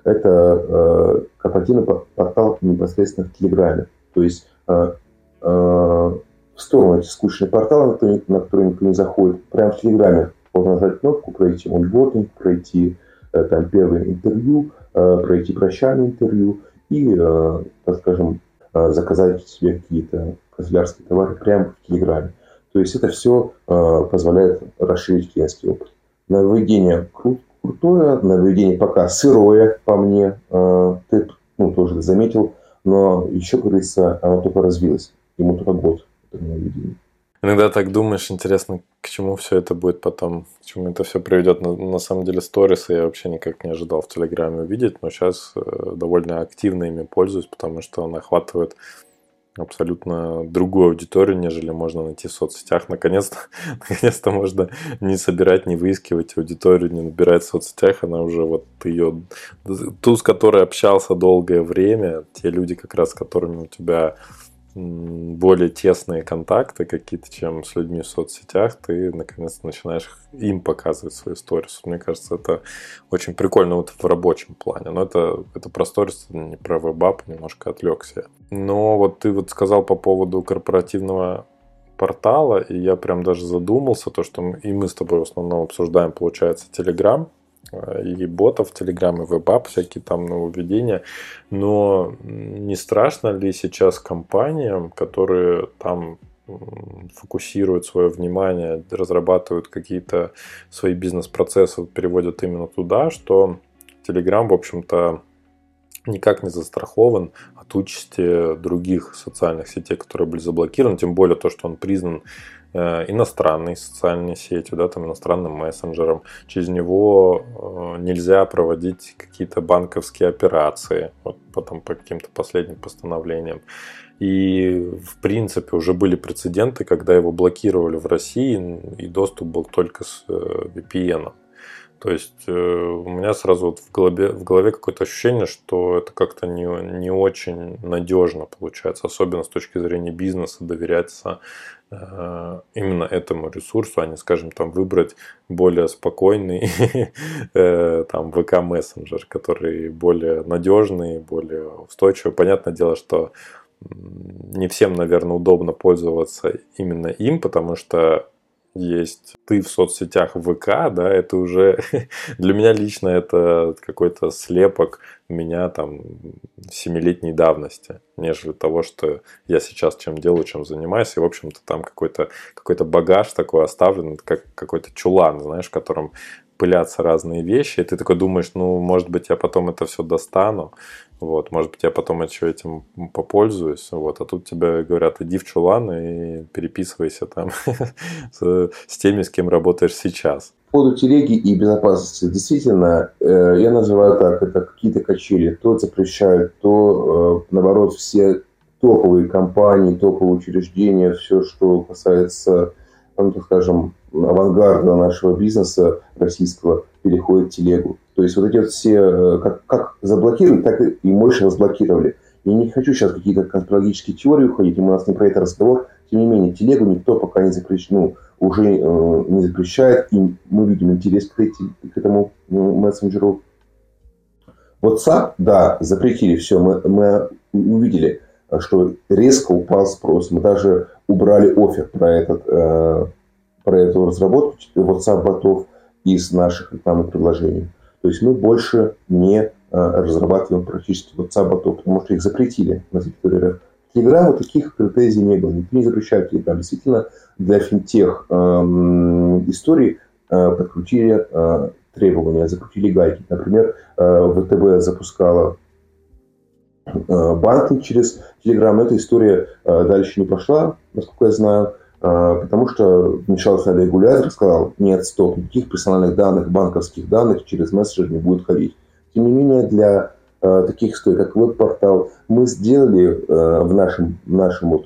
это корпоративный портал непосредственно в Телеграме. То есть в сторону эти скучные порталы, на которые никто не заходит, прямо в Телеграме можно нажать кнопку, пройти онбординг, пройти там первое интервью, пройти прощальное интервью и, так скажем, заказать себе какие-то канцелярские товары прямо в Телеграме. То есть это все позволяет расширить клиентский опыт. Нововведение крутое, нововведение пока сырое, по мне, ты тоже заметил, но еще, как говорится, оно только развилось. Ему только год, это нововведение. Иногда так думаешь, интересно, к чему все это будет потом, к чему это все приведет. На самом деле, сторисы я вообще никак не ожидал в Телеграме увидеть, но сейчас довольно активно ими пользуюсь, потому что он охватывает абсолютно другую аудиторию, нежели можно найти в соцсетях. Наконец-то можно не собирать, не выискивать аудиторию, не набирать в соцсетях. Она уже вот ее, ту, с которой общался долгое время, те люди, как раз с которыми у тебя более тесные контакты какие-то, чем с людьми в соцсетях, ты наконец-то начинаешь им показывать свои сторис. Мне кажется, это очень прикольно вот в рабочем плане. Но это про сторис, не про веб-ап, немножко отвлекся. Но вот ты вот сказал по поводу корпоративного портала, и я прям даже задумался, то, что мы с тобой в основном обсуждаем, получается, Telegram, и ботов в Telegram, и веб-ап, всякие там нововведения. Но не страшно ли сейчас компаниям, которые там фокусируют свое внимание, разрабатывают какие-то свои бизнес-процессы, переводят именно туда, что Telegram, в общем-то, никак не застрахован от участи других социальных сетей, которые были заблокированы, тем более то, что он признан иностранной социальной сетью, да, там, иностранным мессенджером. Через него нельзя проводить какие-то банковские операции, вот потом по каким-то последним постановлениям. И, в принципе, уже были прецеденты, когда его блокировали в России, и доступ был только с VPN. То есть у меня сразу вот в голове какое-то ощущение, что это как-то не очень надежно получается, особенно с точки зрения бизнеса, доверяться именно этому ресурсу, а не, скажем, там выбрать более спокойный там ВК-мессенджер, который более надежный, более устойчивый. Понятное дело, что не всем, наверное, удобно пользоваться именно им, потому что есть ты в соцсетях ВК, да, это уже для меня лично это какой-то слепок меня там 7-летней давности, нежели того, что я сейчас чем делаю, чем занимаюсь. И, в общем-то, там какой-то багаж такой оставлен, как какой-то чулан, знаешь, в котором пылятся разные вещи, и ты такой думаешь, может быть, я потом это все достану, вот, может быть, я потом еще этим попользуюсь, вот, а тут тебе говорят, иди в чулан и переписывайся там с теми, с кем работаешь сейчас. По поводу телеги и безопасности, действительно, я называю так, это какие-то качели, то запрещают, то, наоборот, все топовые компании, топовые учреждения, все, что касается, так скажем, авангарда нашего бизнеса российского, переходит в телегу. То есть вот эти вот все, как заблокировали, так и мощно разблокировали. Я не хочу сейчас какие-то конспирологические теории уходить, у нас не про это разговор. Тем не менее, телегу никто пока не запрещает, уже не запрещает, и мы видим интерес к этому мессенджеру. WhatsApp, да, запретили, все, мы увидели, что резко упал спрос. Мы даже убрали оффер про эту разработку WhatsApp-ботов из наших рекламных предложений. То есть мы больше не разрабатываем практически WhatsApp-ботов, потому что их запретили на территории РФ. Telegram таких претензий не было. Никто не запрещает Telegram. Действительно, для финтех историй подкрутили требования, закрутили гайки. Например, ВТБ запускала банкинг через Telegram. Эта история дальше не пошла, насколько я знаю, потому что вмешался регулятор, сказал, нет, стоп, никаких персональных данных, банковских данных через мессенджер не будет ходить. Тем не менее, для таких историй, как веб-портал, мы сделали в нашем вот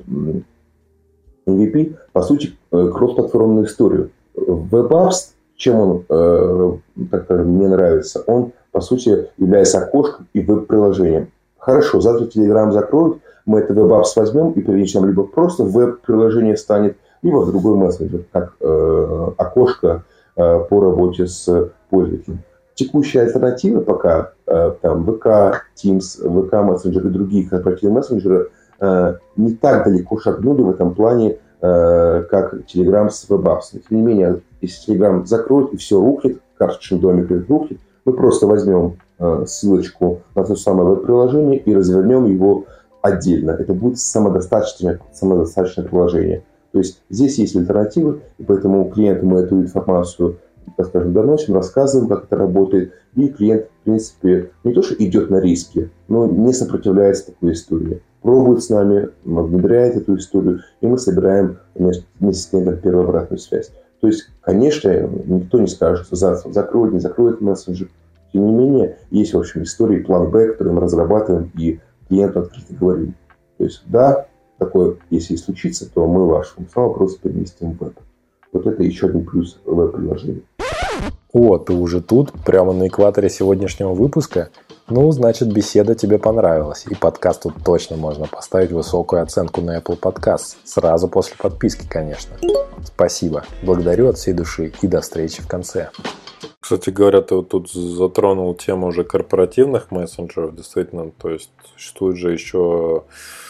MVP, по сути, кросс-платформенную историю. WebApps, чем он, так скажем, мне нравится, он, по сути, является окошком и веб-приложением. Хорошо, завтра Telegram закроют, мы это WebApps возьмем и перенесем либо просто в веб-приложение станет, либо в другой мессенджер, как окошко по работе с пользователем. Текущая альтернатива пока, там, ВК, Teams, ВК мессенджеры и другие корпоративные мессенджеры не так далеко шагнули в этом плане, как Telegram с WebApps. Тем не менее, если Telegram закроют и все рухнет, карточный домик рухнет, мы просто возьмем ссылочку на то самое веб-приложение и развернем его отдельно. Это будет самодостаточное приложение. То есть здесь есть альтернативы, и поэтому клиенту мы эту информацию, так скажем, доносим, рассказываем, как это работает, и клиент, в принципе, не то что идет на риски, но не сопротивляется такой истории. Пробует с нами, внедряет эту историю, и мы собираем вместе с клиентом первую обратную связь. То есть, конечно, никто не скажет, что завтра закроет, не закроет мессенджер. Тем не менее, есть, в общем, истории, план Б, который мы разрабатываем и клиенту открыто говорим. То есть, да, такое, если и случится, то мы ваш функционал просто переместим в веб. Вот это еще один плюс веб-приложения. О, ты уже тут, прямо на экваторе сегодняшнего выпуска? Ну, значит, беседа тебе понравилась, и подкасту точно можно поставить высокую оценку на Apple Podcasts, сразу после подписки, конечно. Спасибо, благодарю от всей души, и до встречи в конце. Кстати говоря, ты вот тут затронул тему уже корпоративных мессенджеров, действительно, то есть существуют же еще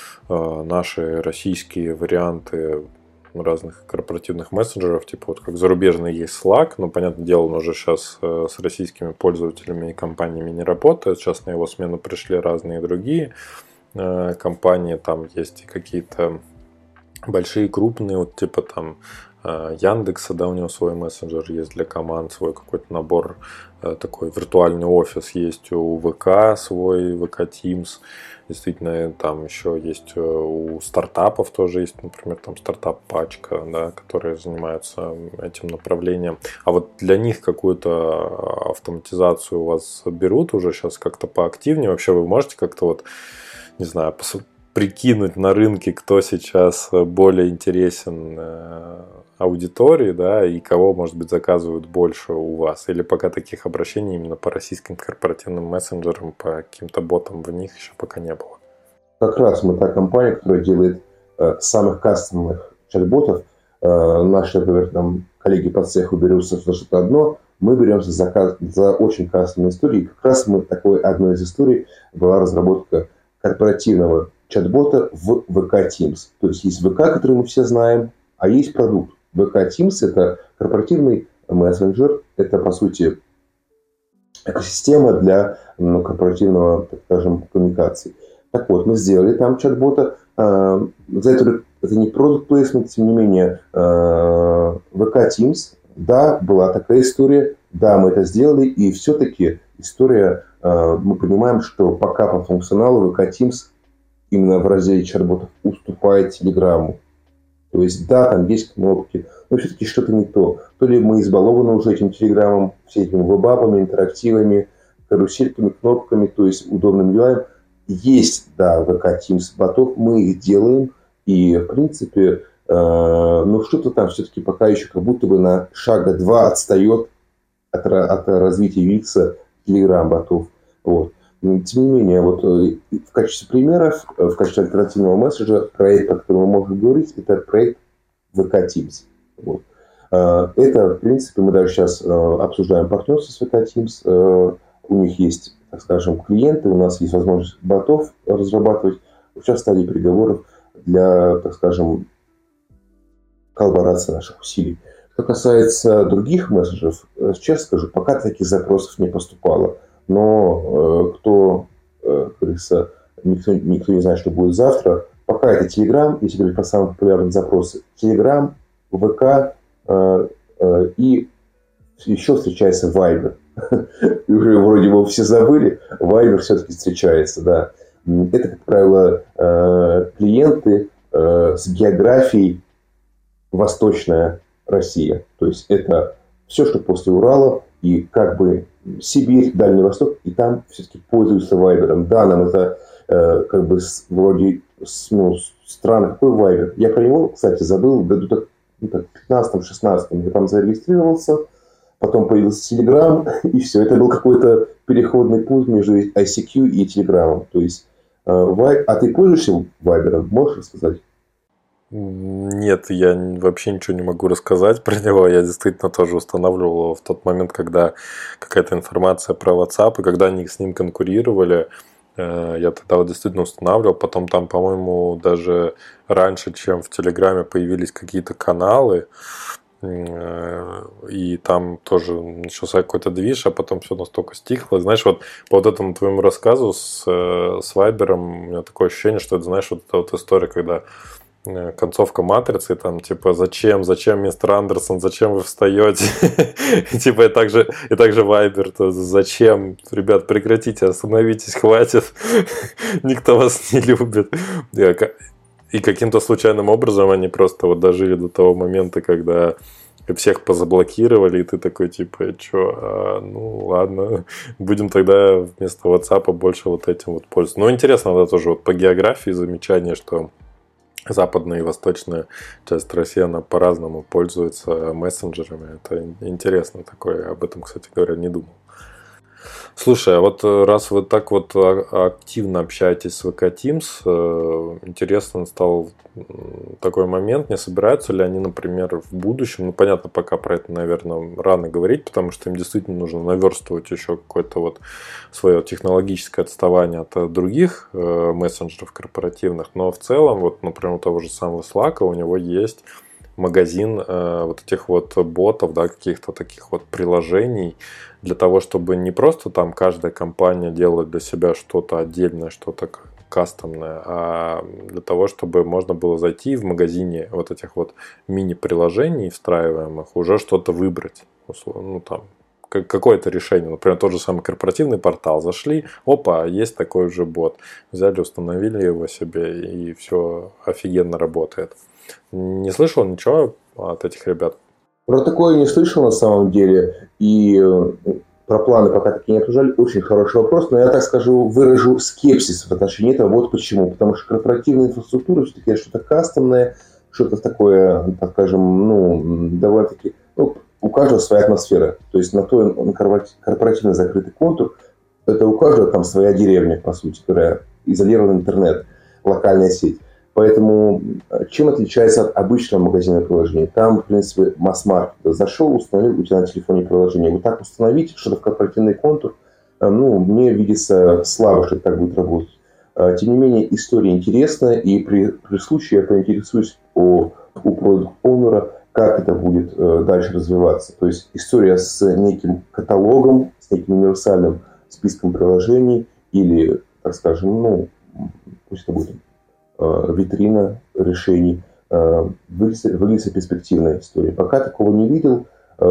наши российские варианты разных корпоративных мессенджеров, типа вот как зарубежный есть Slack, но, понятное дело, он уже сейчас с российскими пользователями и компаниями не работает, сейчас на его смену пришли разные другие компании, там есть и какие-то большие, крупные, вот типа там Яндекса, да, у него свой мессенджер есть для команд, свой какой-то набор, такой виртуальный офис есть у ВК, свой ВК Teams. Действительно, там еще есть у стартапов тоже есть, например, там стартап-пачка, да, которые занимаются этим направлением. А вот для них какую-то автоматизацию у вас берут уже сейчас как-то поактивнее? Вообще вы можете как-то вот, не знаю, прикинуть на рынке, кто сейчас более интересен аудитории, да, и кого, может быть, заказывают больше у вас? Или пока таких обращений именно по российским корпоративным мессенджерам, по каким-то ботам в них еще пока не было? Как раз мы та компания, которая делает самых кастомных чат-ботов. Наши, например, там, коллеги по цеху берутся за что-то одно, мы беремся за очень кастомные истории. Как раз одной из историй была разработка корпоративного чат-бота в ВК Teams. То есть есть ВК, который мы все знаем, а есть продукт. ВК Teams – это корпоративный мессенджер, это, по сути, экосистема для корпоративного, так скажем, коммуникации. Так вот, мы сделали там чат-бота. Это не product placement, тем не менее, ВК Teams, да, была такая история, да, мы это сделали, и все-таки история, мы понимаем, что пока по функционалу ВК Teams именно в разделе чат-ботов уступает Телеграму. То есть, да, там есть кнопки, но все-таки что-то не то. То ли мы избалованы уже этим Телеграмом, все этими вебапами, интерактивами, карусельками, кнопками, то есть удобным UI. Есть, да, ВК Teams ботов, мы их делаем, и, в принципе, но что-то там все-таки пока еще как будто бы на шага 2 отстает от развития UX Telegram ботов. Вот. Тем не менее, вот в качестве примеров, в качестве альтернативного месседжа, проект, о котором мы можем говорить, это проект ВК Teams. Вот. Это, в принципе, мы даже сейчас обсуждаем партнерство с ВК Teams. У них есть, так скажем, клиенты, у нас есть возможность ботов разрабатывать. Сейчас в стадии переговоров для, так скажем, коллаборации наших усилий. Что касается других месседжеров, честно скажу, пока таких запросов не поступало. Но как говорится, никто не знает, что будет завтра. Пока это Telegram, если говорить про самые популярные запросы. Telegram, ВК и еще встречается Viber. Уже вроде бы все забыли, Viber все-таки встречается, да. Это, как правило, клиенты с географией Восточная Россия. То есть это все, что после Урала, и как бы Сибирь, Дальний Восток, и там все-таки пользуются Вайбером. Да, нам это как бы вроде странно. Какой Вайбер? Я про него, кстати, забыл в году в 15-16 я там зарегистрировался, потом появился Telegram, и все. Это был какой-то переходный путь между ICQ и Telegram. То есть, а ты пользуешься Вайбером? Можешь рассказать? Нет, я вообще ничего не могу рассказать про него. Я действительно тоже устанавливал его в тот момент, когда какая-то информация про WhatsApp, и когда они с ним конкурировали, я тогда вот действительно устанавливал. Потом там, по-моему, даже раньше, чем в Телеграме появились какие-то каналы, и там тоже начался какой-то движ, а потом все настолько стихло. Знаешь, вот по вот этому твоему рассказу с Вайбером у меня такое ощущение, что это, знаешь, вот эта вот история, когда концовка матрицы, там, типа, зачем, мистер Андерсон, зачем вы встаете? Типа, и также Вайбер, то зачем, ребят, прекратите, остановитесь, хватит, никто вас не любит. И каким-то случайным образом они просто вот дожили до того момента, когда всех позаблокировали, и ты такой, типа, что, ну ладно, будем тогда вместо WhatsApp больше вот этим вот пользоваться. Ну, интересно, да, тоже вот по географии замечание, что западная и восточная часть России, она по-разному пользуется мессенджерами. Это интересно такое, об этом, кстати говоря, не думал. Слушай, а вот раз вы так вот активно общаетесь с VK Teams, интересно стал такой момент, не собираются ли они, например, в будущем, ну понятно, пока про это, наверное, рано говорить, потому что им действительно нужно наверстывать еще какое-то вот свое технологическое отставание от других мессенджеров корпоративных, но в целом, вот, например, у того же самого Slack, у него есть магазин вот этих вот ботов, да, каких-то таких вот приложений для того, чтобы не просто там каждая компания делала для себя что-то отдельное, что-то кастомное, а для того, чтобы можно было зайти в магазине вот этих вот мини-приложений встраиваемых, уже что-то выбрать, ну там какое-то решение, например, тот же самый корпоративный портал, зашли, опа, есть такой же бот, взяли, установили его себе, и все офигенно работает. Не слышал ничего от этих ребят? Про такое не слышал на самом деле. И про планы пока такие не обсуждали. Очень хороший вопрос. Но я так скажу, выражу скепсис в отношении этого. Вот почему. Потому что корпоративная инфраструктура все-таки что-то кастомное, что-то такое, так скажем, ну, довольно-таки... Ну, у каждого своя атмосфера. То есть на то он корпоративно закрытый контур. Это у каждого там своя деревня, по сути говоря. Изолированный интернет, локальная сеть. Поэтому чем отличается от обычного магазина приложений? Там, в принципе, масс-маркет. Зашел, установил у тебя на телефоне приложение. Вот так установить что-то в корпоративный контур, ну, мне видится слабо, что это так будет работать. Тем не менее, история интересная, и при случае я поинтересуюсь у продукт-оунера, как это будет дальше развиваться. То есть история с неким каталогом, с неким универсальным списком приложений или, так скажем, ну, пусть это будет витрина решений. Выглядит перспективная история. Пока такого не видел,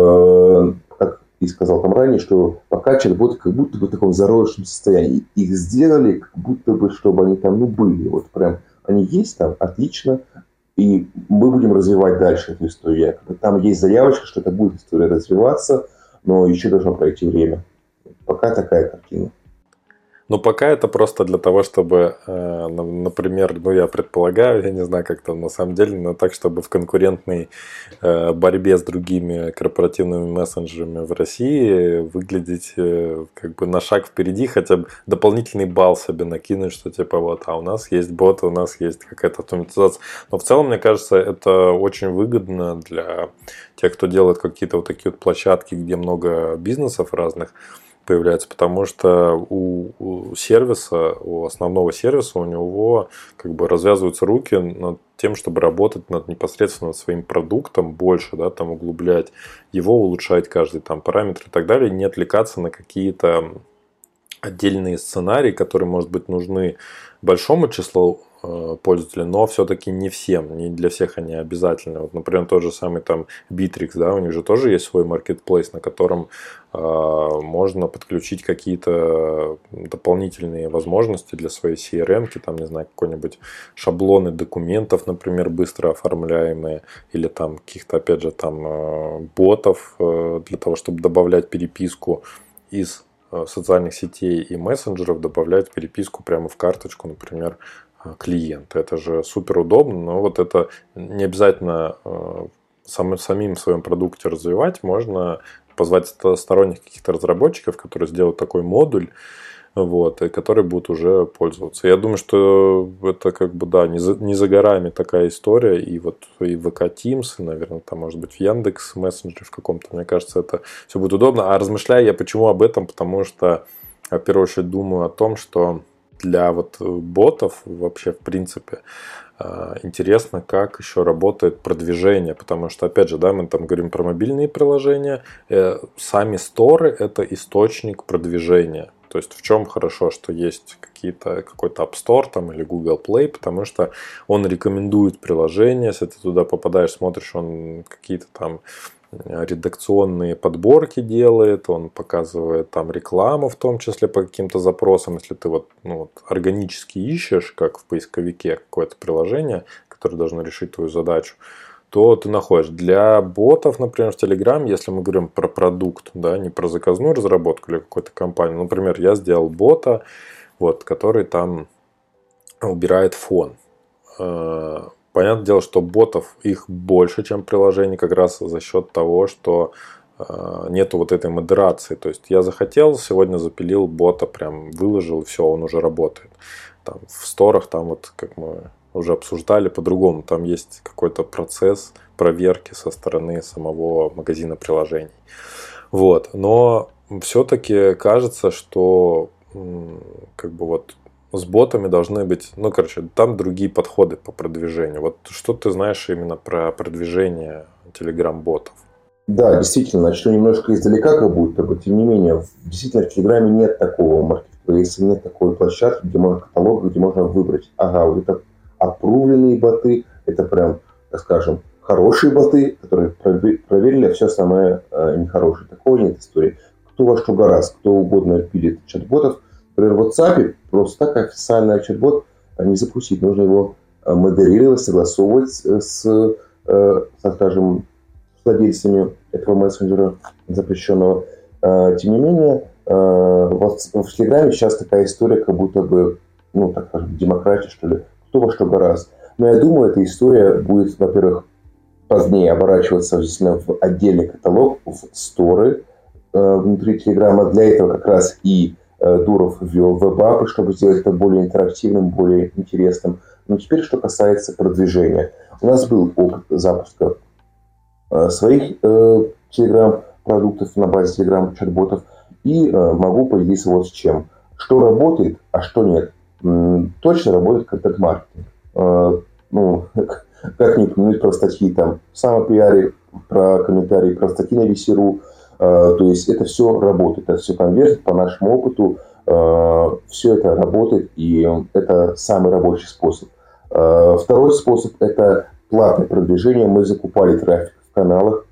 как и сказал там ранее, что пока чат-боты как будто бы в таком зародышном состоянии. Их сделали, как будто бы, чтобы они там, ну, были. Вот прям они есть там, отлично, и мы будем развивать дальше эту историю. Там есть заявочка, что это будет история развиваться, но еще должно пройти время. Пока такая картина. Ну, пока это просто для того, чтобы, например, ну, я предполагаю, я не знаю, как там на самом деле, но так, чтобы в конкурентной борьбе с другими корпоративными мессенджерами в России выглядеть как бы на шаг впереди, хотя бы дополнительный балл себе накинуть, что типа вот, а у нас есть бот, у нас есть какая-то автоматизация. Но в целом, мне кажется, это очень выгодно для тех, кто делает какие-то вот такие вот площадки, где много бизнесов разных появляется, потому что у сервиса, у основного сервиса, у него как бы развязываются руки над тем, чтобы работать над непосредственно своим продуктом больше, да, там углублять его, улучшать каждый там параметр и так далее, не отвлекаться на какие-то отдельные сценарии, которые, может быть, нужны большому числу пользователей, но все-таки не всем, не для всех они обязательны. Вот, например, тот же самый там Bittrex, да, у них же тоже есть свой маркетплейс, на котором можно подключить какие-то дополнительные возможности для своей CRM-ки, там, не знаю, какой-нибудь шаблоны документов, например, быстро оформляемые, или там каких-то, опять же, там ботов для того, чтобы добавлять переписку из социальных сетей и мессенджеров, добавлять переписку прямо в карточку, например, клиента. Это же супер удобно, но вот это не обязательно самим в своем продукте развивать. Можно позвать сторонних каких-то разработчиков, которые сделают такой модуль, вот, и которые будут уже пользоваться. Я думаю, что это как бы, да, не за горами такая история, и вот и в ВК Teams, и, наверное, там, может быть, в Яндекс мессенджере в каком-то, мне кажется, это все будет удобно. А размышляю я почему об этом, потому что, в первую очередь, думаю о том, что для вот ботов вообще, в принципе, интересно, как еще работает продвижение, потому что, опять же, да, мы там говорим про мобильные приложения, сами сторы – это источник продвижения. То есть в чем хорошо, что есть какой-то App Store там, или Google Play, потому что он рекомендует приложение, если ты туда попадаешь, смотришь, он какие-то там редакционные подборки делает, он показывает там рекламу, в том числе по каким-то запросам. Если ты органически ищешь, как в поисковике, какое-то приложение, которое должно решить твою задачу, то ты находишь. Для ботов, например, в Telegram, если мы говорим про продукт, да, не про заказную разработку или какую-то компанию. Например, я сделал бота, который там убирает фон. Понятное дело, что ботов их больше, чем приложений, как раз за счет того, что нету вот этой модерации. То есть я захотел, сегодня запилил бота, прям выложил, все, он уже работает. Там, в сторах, там как мы уже обсуждали, по-другому. Там есть какой-то процесс проверки со стороны самого магазина приложений. Но все-таки кажется, что с ботами должны быть, там другие подходы по продвижению. Что ты знаешь именно про продвижение Telegram-ботов? Да, действительно, начну немножко издалека, как будто бы, тем не менее, действительно, в Телеграме нет такого маркетплейса, нет такой площадки, где можно каталог, где можно выбрать, вот это опрувленные боты, это прям, так скажем, хорошие боты, которые проверили, а все самое нехорошее. Такого нет истории. Кто во что гораздо, кто угодно пилит чат-ботов. Например, в WhatsApp просто так официальный чат-бот не запустить. Нужно его модерировать, согласовывать с, скажем, владельцами этого мессенджера запрещенного. Тем не менее, в Телеграме сейчас такая история, как будто бы, так скажем, демократия, что ли, кто во что гораздо. Но я думаю, эта история будет, во-первых, позднее оборачиваться действительно в отдельный каталог, в сторы внутри Телеграма. Для этого как раз и Дуров ввел веб-апы, чтобы сделать это более интерактивным, более интересным. Но теперь, что касается продвижения. У нас был опыт запуска своих Telegram-продуктов на базе Telegram-чат-ботов. И могу поделиться вот с чем. Что работает, а что нет. Точно работает контент-маркетинг. Как не упомянуть про статьи там в самопиаре, про комментарии, про статьи на VC.ru. То есть это все работает, это все конвертит по нашему опыту. Все это работает, и это самый рабочий способ. Второй способ – это платное продвижение. Мы закупали трафик в каналах.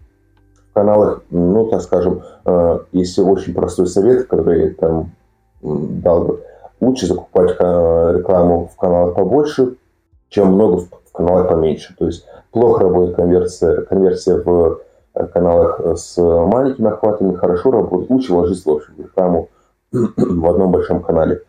Так скажем, если очень простой совет, который там дал бы, лучше закупать рекламу в каналах побольше, чем много в каналах поменьше. То есть плохо работает конверсия в каналах с маленькими охватами, хорошо работает, лучше вложиться в рекламу в одном большом канале.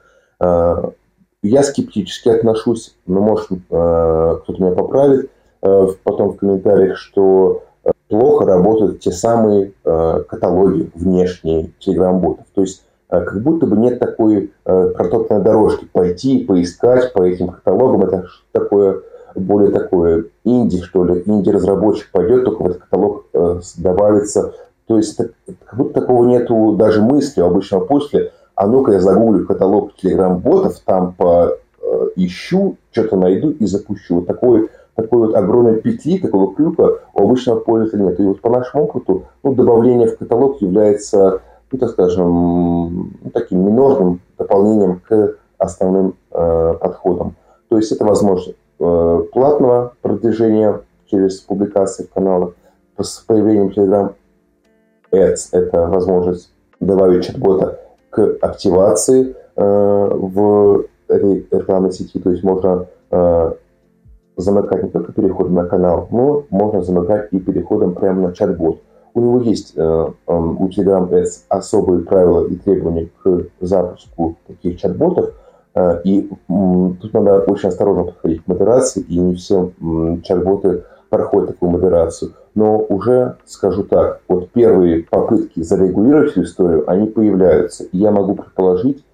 Я скептически отношусь, но может кто-то меня поправит потом в комментариях, что плохо работают те самые каталоги внешние Telegram-ботов. То есть как будто бы нет такой протоптанной дорожки. Пойти, поискать по этим каталогам. Это такое, более такое инди, что ли. Инди-разработчик пойдет, только в этот каталог добавится. То есть это, как будто такого нету даже мысли у обычного пользователя. А ну-ка я загуглю каталог Telegram-ботов, там поищу, что-то найду и запущу. Вот такой огромной петли, такого крюка у обычного пользователя нет. И вот по нашему опыту добавление в каталог является, так скажем, таким минорным дополнением к основным подходам. То есть это возможность платного продвижения через публикации в каналах. С появлением Telegram Ads это возможность добавить чат-бота к активации в этой рекламной сети. То есть можно замыкать не только переходом на канал, но можно замыкать и переходом прямо на чат-бот. У него есть у Telegram Ads особые правила и требования к запуску таких чат-ботов. И тут надо очень осторожно подходить к модерации, и не все чат-боты проходят такую модерацию. Но уже скажу так, вот первые попытки зарегулировать эту историю, они появляются. И я могу предположить,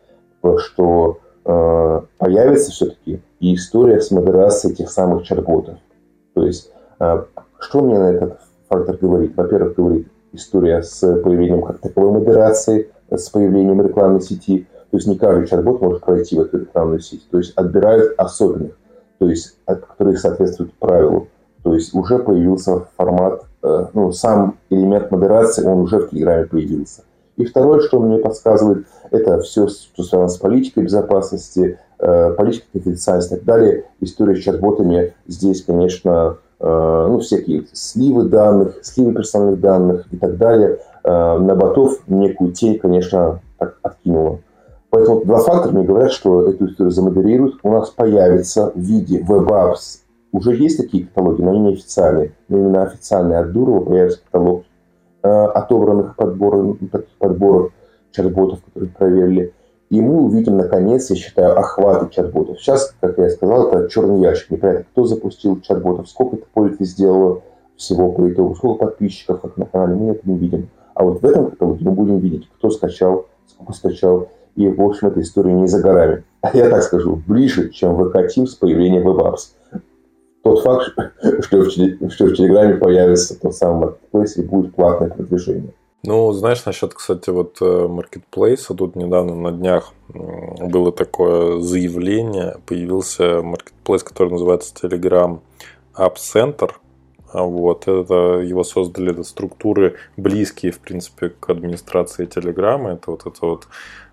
что появится все-таки и история с модерацией тех самых чат-ботов. То есть, что мне на этот фактор говорит? Во-первых, говорит история с появлением как таковой модерации, с появлением рекламной сети. То есть не каждый чат-бот может пройти в эту рекламную сеть. То есть отбирают особенных, то есть, которые соответствуют правилу. То есть уже появился формат, сам элемент модерации, он уже в Телеграме появился. И второе, что мне подсказывает, это все, что связано с политикой безопасности, политикой конфиденциальности и так далее. История с чат-ботами здесь, конечно, всякие сливы данных, сливы персональных данных и так далее. На ботов некую тень, конечно, откинула. Поэтому два фактора мне говорят, что эту историю замодерируют. У нас появится в виде WebApps. Уже есть такие каталоги, но они не официальные. Но именно официальные от Дурова появится каталог отобранных подборов чат-ботов, которые проверили. И мы увидим, наконец, я считаю, охваты чат-ботов. Сейчас, как я сказал, это черный ящик. Непонятно, кто запустил чат-ботов, сколько это пользователей сделало всего по итогу, сколько подписчиков как на канале, мы это не видим. А вот в этом каталоге мы будем видеть, кто скачал, сколько скачал. И, в общем, эта история не за горами. А я так скажу, ближе, чем в VK Team с появлением WebApps. Тот факт, что в Телеграме появится тот самый Marketplace и будет платное продвижение. Ну, знаешь, насчет, кстати, вот Marketplace, тут недавно на днях было такое заявление, появился Marketplace, который называется Telegram App Center. Вот, это его создали структуры, близкие, в принципе, к администрации Телеграма. Это вот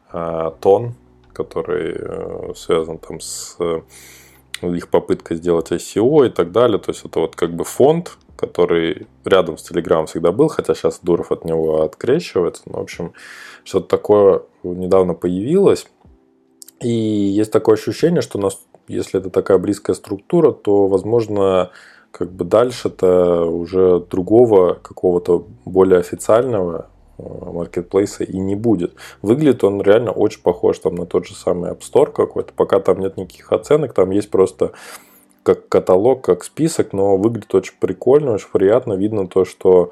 Тон, который связан там с их попыткой сделать ICO и так далее. То есть это вот как бы фонд, который рядом с Telegram всегда был, хотя сейчас Дуров от него открещивается. Но, в общем, что-то такое недавно появилось. И есть такое ощущение, что если это такая близкая структура, то, возможно, как бы дальше-то уже другого какого-то более официального маркетплейса и не будет. Выглядит он реально очень похож там на тот же самый App Store какой-то. Пока там нет никаких оценок, там есть просто как каталог, как список, но выглядит очень прикольно, очень приятно. Видно то, что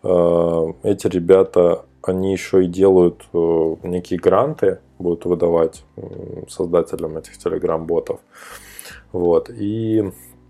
эти ребята, они еще и делают некие гранты, будут выдавать создателям этих телеграм-ботов. Вот. И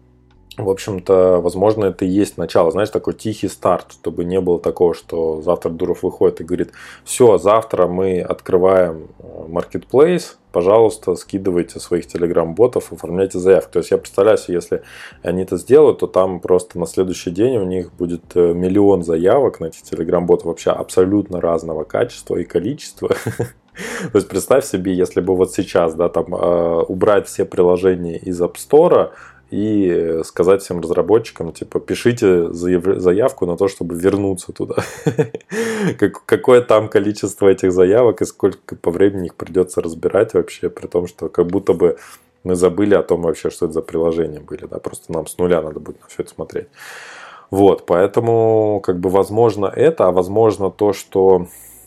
в общем-то, возможно, это и есть начало. Знаешь, такой тихий старт, чтобы не было такого, что завтра Дуров выходит и говорит: все, завтра мы открываем Marketplace, пожалуйста, скидывайте своих телеграм-ботов, оформляйте заявки. То есть я представляю себе, если они это сделают, то там просто на следующий день у них будет миллион заявок на этих телеграм-ботов вообще абсолютно разного качества и количества. То есть представь себе, если бы вот сейчас, да, там убрать все приложения из App Store и сказать всем разработчикам, типа, пишите заявку на то, чтобы вернуться туда. Какое там количество этих заявок и сколько по времени их придется разбирать вообще, при том, что как будто бы мы забыли о том вообще, что это за приложения были. Да? Просто нам с нуля надо будет на все это смотреть. Вот, поэтому, как бы, возможно это, а возможно то, что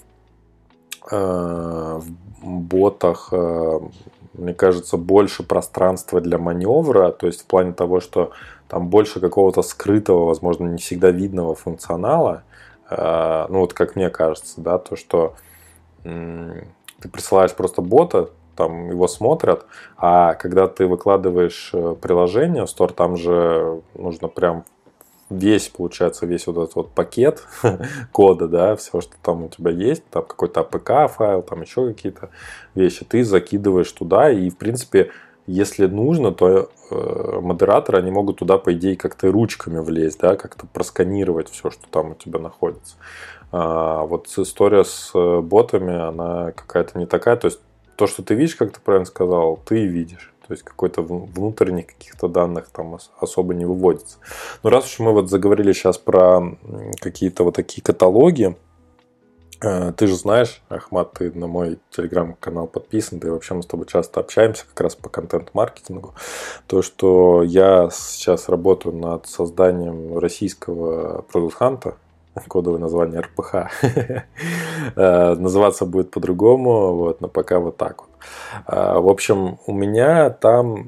в ботах, мне кажется, больше пространства для маневра, то есть в плане того, что там больше какого-то скрытого, возможно, не всегда видного функционала. Ну вот как мне кажется, да, то, что ты присылаешь просто бота, там его смотрят, а когда ты выкладываешь приложение в Store, там же нужно прям весь вот этот вот пакет кода, да, все, что там у тебя есть, там какой-то APK файл, там еще какие-то вещи, ты закидываешь туда, и, в принципе, если нужно, то модераторы, они могут туда, по идее, как-то ручками влезть, да, как-то просканировать все, что там у тебя находится. Вот история с ботами, она какая-то не такая, то есть то, что ты видишь, как ты правильно сказал, ты видишь. То есть какой-то внутренних каких-то данных там особо не выводится. Но раз уж мы вот заговорили сейчас про какие-то вот такие каталоги, ты же знаешь, Ахмат, ты на мой телеграм-канал подписан, да и вообще мы с тобой часто общаемся как раз по контент-маркетингу. То, что я сейчас работаю над созданием российского продукт-ханта, кодовое название РПХ. Называться будет по-другому, вот, но пока вот так вот. В общем, у меня там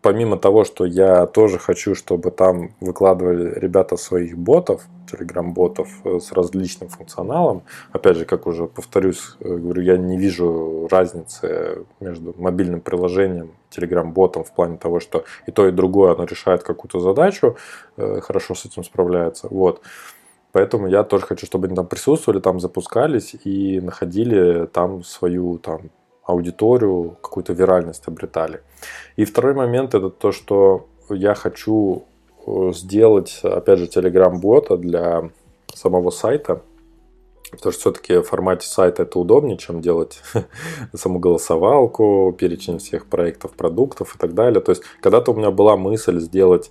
помимо того, что я тоже хочу, чтобы там выкладывали ребята своих ботов, телеграм-ботов с различным функционалом, опять же, как уже повторюсь, говорю, я не вижу разницы между мобильным приложением и телеграм-ботом в плане того, что и то, и другое, оно решает какую-то задачу, хорошо с этим справляется. Вот. Поэтому я тоже хочу, чтобы они там присутствовали, там запускались и находили там свою там аудиторию, какую-то виральность обретали. И второй момент это то, что я хочу сделать, опять же, Telegram-бота для самого сайта, потому что все-таки в формате сайта это удобнее, чем делать саму голосовалку, перечень всех проектов, продуктов и так далее. То есть когда-то у меня была мысль сделать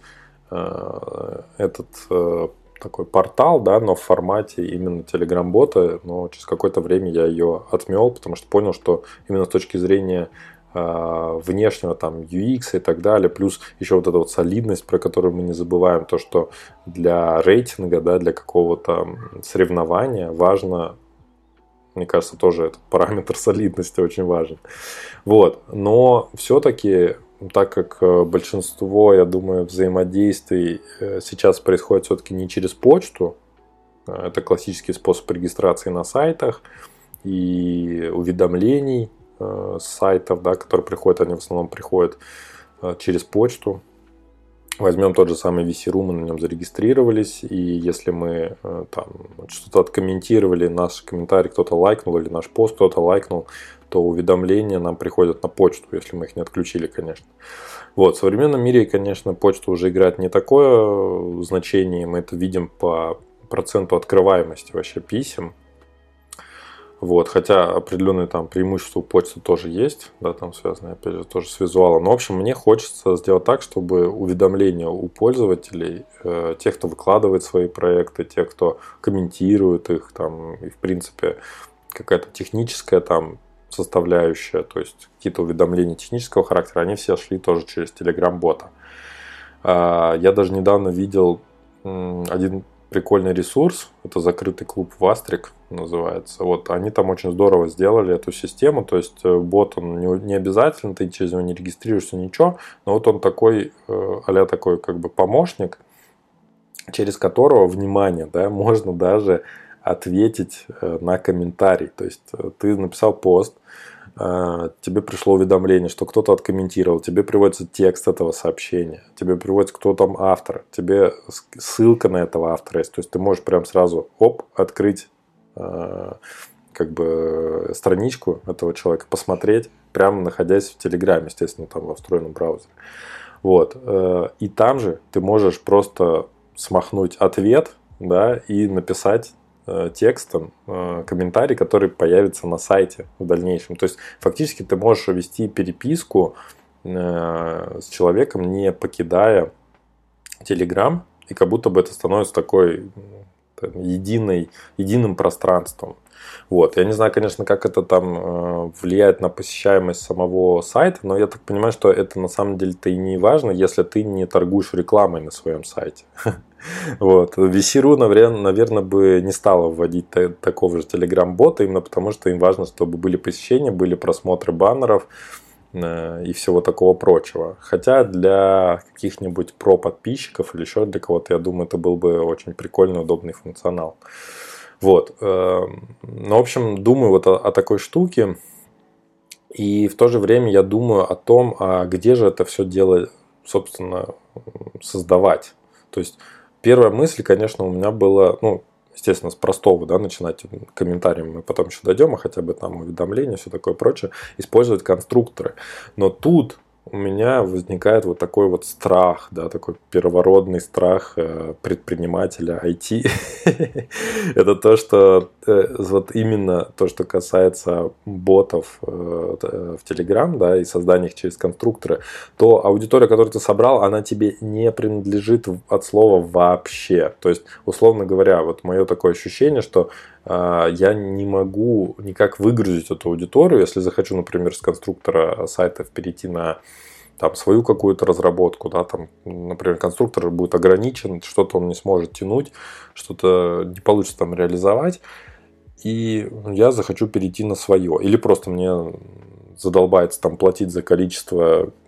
этот такой портал, да, но в формате именно Telegram-бота, но через какое-то время я ее отмел, потому что понял, что именно с точки зрения внешнего там UX и так далее, плюс еще вот эта вот солидность, про которую мы не забываем, то, что для рейтинга, да, для какого-то соревнования важно, мне кажется, тоже этот параметр солидности очень важен. Вот, но все-таки так как большинство, я думаю, взаимодействий сейчас происходит все-таки не через почту, это классический способ регистрации на сайтах и уведомлений с сайтов, да, которые приходят, они в основном приходят через почту. Возьмем тот же самый VC-Room, мы на нем зарегистрировались, и если мы там что-то откомментировали, наш комментарий кто-то лайкнул или наш пост кто-то лайкнул, то уведомления нам приходят на почту, если мы их не отключили, конечно. Вот, в современном мире, конечно, почта уже играет не такое значение, мы это видим по проценту открываемости вообще писем. Вот, хотя определенные там преимущества у почты тоже есть, да, там связанные, опять же, тоже с визуалом. Но, в общем, мне хочется сделать так, чтобы уведомления у пользователей, тех, кто выкладывает свои проекты, тех, кто комментирует их, там, и, в принципе, какая-то техническая там составляющая, то есть какие-то уведомления технического характера, они все шли тоже через Telegram-бота. Я даже недавно видел один прикольный ресурс, это закрытый клуб Вастрик называется. Вот они там очень здорово сделали эту систему, то есть бот, он не обязательно, ты через него не регистрируешься, ничего, но вот он такой, а-ля такой как бы помощник, через которого, внимание, да, можно даже ответить на комментарий. То есть ты написал пост, тебе пришло уведомление, что кто-то откомментировал, тебе приводится текст этого сообщения, тебе приводится, кто там автор, тебе ссылка на этого автора есть. То есть ты можешь прям сразу открыть как бы страничку этого человека, посмотреть, прямо находясь в Телеграме, естественно, там во встроенном браузере. Вот. И там же ты можешь просто смахнуть ответ, да, и написать текстом комментарий, который появится на сайте в дальнейшем. То есть фактически ты можешь вести переписку с человеком, не покидая Telegram, и как будто бы это становится такой единым пространством. Вот. Я не знаю, конечно, как это там влияет на посещаемость самого сайта, но я так понимаю, что это на самом деле-то и не важно, если ты не торгуешь рекламой на своем сайте. Вот. VC.ru, наверное, бы не стало вводить такого же Telegram-бота, именно потому что им важно, чтобы были посещения, были просмотры баннеров и всего такого прочего. Хотя для каких-нибудь про-подписчиков или еще для кого-то, я думаю, это был бы очень прикольный, удобный функционал. Вот. Ну, в общем, думаю вот о такой штуке. И в то же время я думаю о том, а где же это все дело, собственно, создавать. То есть первая мысль, конечно, у меня была, ну, естественно, с простого, да, начинать комментарием, мы потом еще дойдем, а хотя бы там уведомления, все такое прочее, использовать конструкторы. Но тут у меня возникает вот такой вот страх, да, такой первородный страх предпринимателя IT. Это то, что вот именно то, что касается ботов в Telegram, да, и создания их через конструкторы, то аудитория, которую ты собрал, она тебе не принадлежит от слова вообще. То есть, условно говоря, вот мое такое ощущение, что я не могу никак выгрузить эту аудиторию, если захочу, например, с конструктора сайтов перейти на там, свою какую-то разработку, да, там, например, конструктор будет ограничен, что-то он не сможет тянуть, что-то не получится там реализовать, и я захочу перейти на свое. Или просто мне задолбается там платить за количество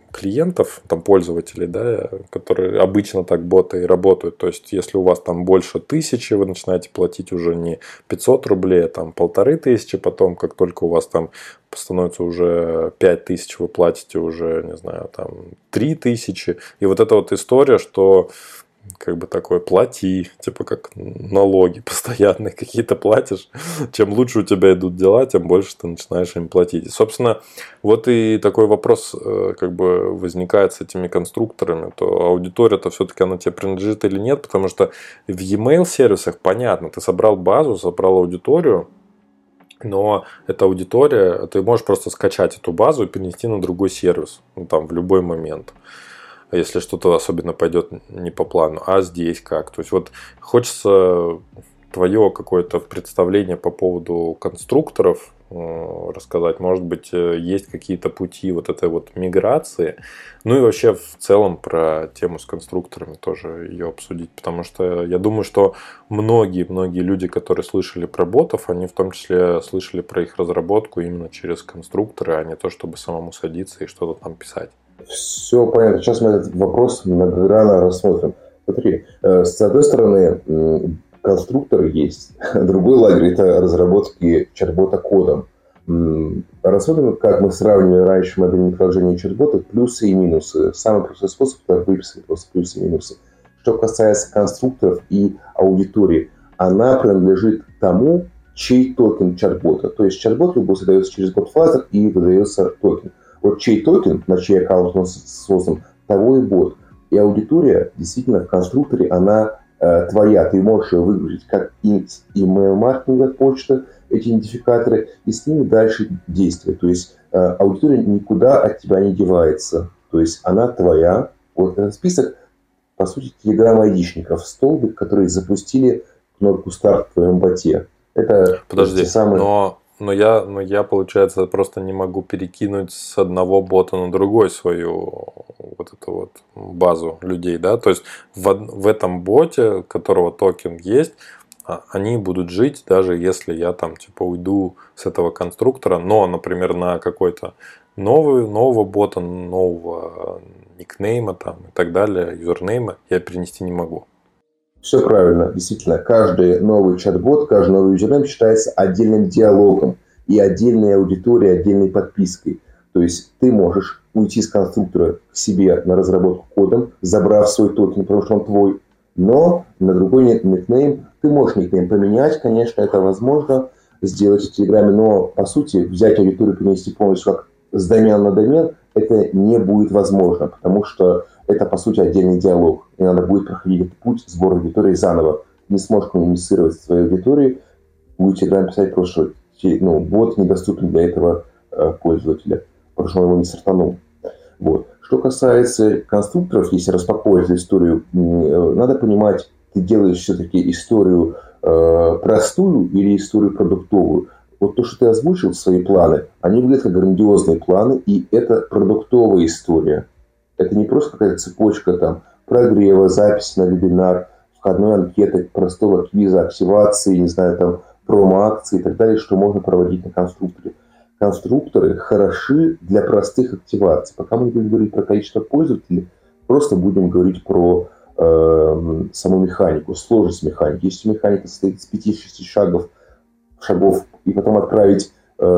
клиентов, там пользователей, да, которые обычно так боты и работают. То есть, если у вас там больше 1000, вы начинаете платить уже не 500 рублей, а там 1500, потом, как только у вас там становится уже 5000, вы платите уже, не знаю, там 3000. И вот эта вот история, что как бы такое плати, типа как налоги постоянные какие-то платишь. Чем лучше у тебя идут дела, тем больше ты начинаешь им платить. И, собственно, вот и такой вопрос как бы возникает с этими конструкторами, то аудитория-то все-таки она тебе принадлежит или нет, потому что в e-mail сервисах понятно, ты собрал базу, собрал аудиторию, но эта аудитория, ты можешь просто скачать эту базу и перенести на другой сервис, ну, там, в любой момент. Если что-то особенно пойдет не по плану. А здесь как? То есть, вот хочется твое какое-то представление по поводу конструкторов рассказать. Может быть, есть какие-то пути вот этой вот миграции. Ну и вообще в целом про тему с конструкторами тоже ее обсудить. Потому что я думаю, что многие люди, которые слышали про ботов, они в том числе слышали про их разработку именно через конструкторы, а не то, чтобы самому садиться и что-то там писать. Все понятно. Сейчас мы этот вопрос многогранно рассмотрим. Смотри, с одной стороны, конструкторы есть. Другой лагерь – это разработки чат-бота кодом. Рассмотрим, как мы сравнивали раньше модельное приложение чат-бота, плюсы и минусы. Самый простой способ – это выписать просто плюсы и минусы. Что касается конструкторов и аудитории, она принадлежит тому, чей токен чат-бота. То есть чат-бот любой создается через бот-фазер и выдается токен. Вот чей токен, на чей аккаунт он создан, того и бот. И аудитория действительно в конструкторе, она твоя. Ты можешь ее выгрузить как email-маркетинг от почты, эти идентификаторы, и с ними дальше действовать. То есть аудитория никуда от тебя не девается. То есть она твоя. Вот этот список, по сути, телеграм-айдишников, столбик, которые запустили кнопку старт в твоем боте. Это Подожди, те самые... но я, получается, просто не могу перекинуть с одного бота на другой свою вот эту вот базу людей, да? То есть в этом боте, у которого токен есть, они будут жить, даже если я там типа уйду с этого конструктора, но, например, на какой-то нового бота, нового никнейма там и так далее, юзернейма я перенести не могу. Все правильно, действительно. Каждый новый чат-бот, каждый новый юзернейм считается отдельным диалогом и отдельной аудиторией, отдельной подпиской. То есть ты можешь уйти с конструктора к себе на разработку кодом, забрав свой токен, потому что он твой, но на другой никнейм ты можешь никнейм поменять, конечно, это возможно сделать в Телеграме, но по сути взять аудиторию и перенести полностью как с домен на домен, это не будет возможно, потому что это, по сути, отдельный диалог. И надо будет проходить этот путь сбора аудитории заново. Не сможешь коммуницировать с своей аудиторией, будет в Телеграме писать просто, что бот недоступен для этого пользователя, потому что он его не стартанул. Вот. Что касается конструкторов, если распаковывать эту историю, надо понимать, ты делаешь все-таки историю простую или историю продуктовую. Вот то, что ты озвучил, свои планы, они выглядят как грандиозные планы, и это продуктовая история. Это не просто какая-то цепочка там прогрева, записи на вебинар, входной анкеты, простого квиза, активации, не знаю, там промо-акции и так далее, что можно проводить на конструкторе. Конструкторы хороши для простых активаций. Пока мы не будем говорить про количество пользователей, просто будем говорить про саму механику, сложность механики. Если механика состоит из 5-6 шагов, и потом отправить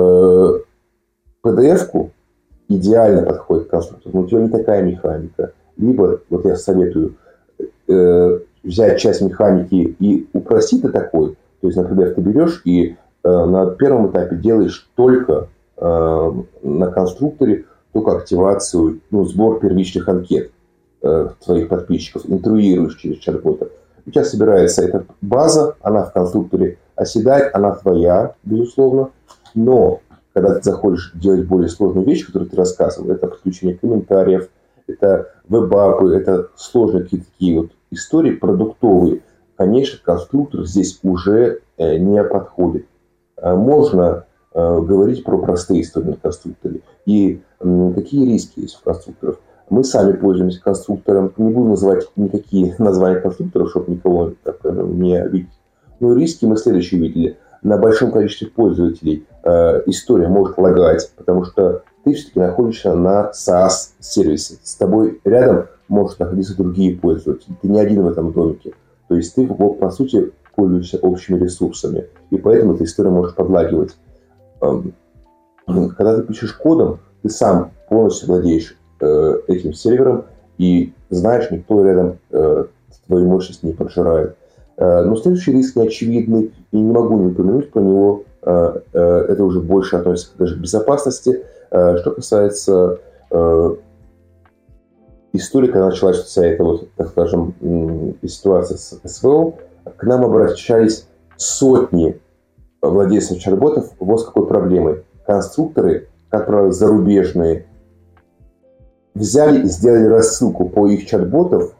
PDF-ку, идеально подходит к конструктору. Но у тебя не такая механика. Либо, вот я советую, взять часть механики и упростить до такой. То есть, например, ты берешь и на первом этапе делаешь только на конструкторе только активацию, сбор первичных анкет твоих подписчиков, интруируешь через чат-бота. У тебя собирается эта база, она в конструкторе оседает, она твоя, безусловно, но когда ты заходишь делать более сложную вещь, которую ты рассказывал, это подключение комментариев, это веб-апы, это сложные какие-то такие вот истории продуктовые, конечно, конструктор здесь уже не подходит. Можно говорить про простые истории на конструкторе. И какие риски есть у конструкторов? Мы сами пользуемся конструктором. Не буду называть никакие названия конструкторов, чтобы никого не обидеть. Но риски мы следующие видели. На большом количестве пользователей история может лагать, потому что ты все-таки находишься на SaaS-сервисе. С тобой рядом могут находиться другие пользователи. Ты не один в этом домике. То есть ты, по сути, пользуешься общими ресурсами. И поэтому эта история может подлагивать. Когда ты пишешь кодом, ты сам полностью владеешь этим сервером и знаешь, никто рядом твою мощность не поджирает. Но следующий риск не очевидный, и не могу не упомянуть про него. Это уже больше относится даже к безопасности. Что касается истории, когда началась вся эта, вот, так скажем, ситуация с СВО, к нам обращались сотни владельцев чат-ботов вот с какой проблемой. Конструкторы, как правило, зарубежные, взяли и сделали рассылку по их чат-ботам,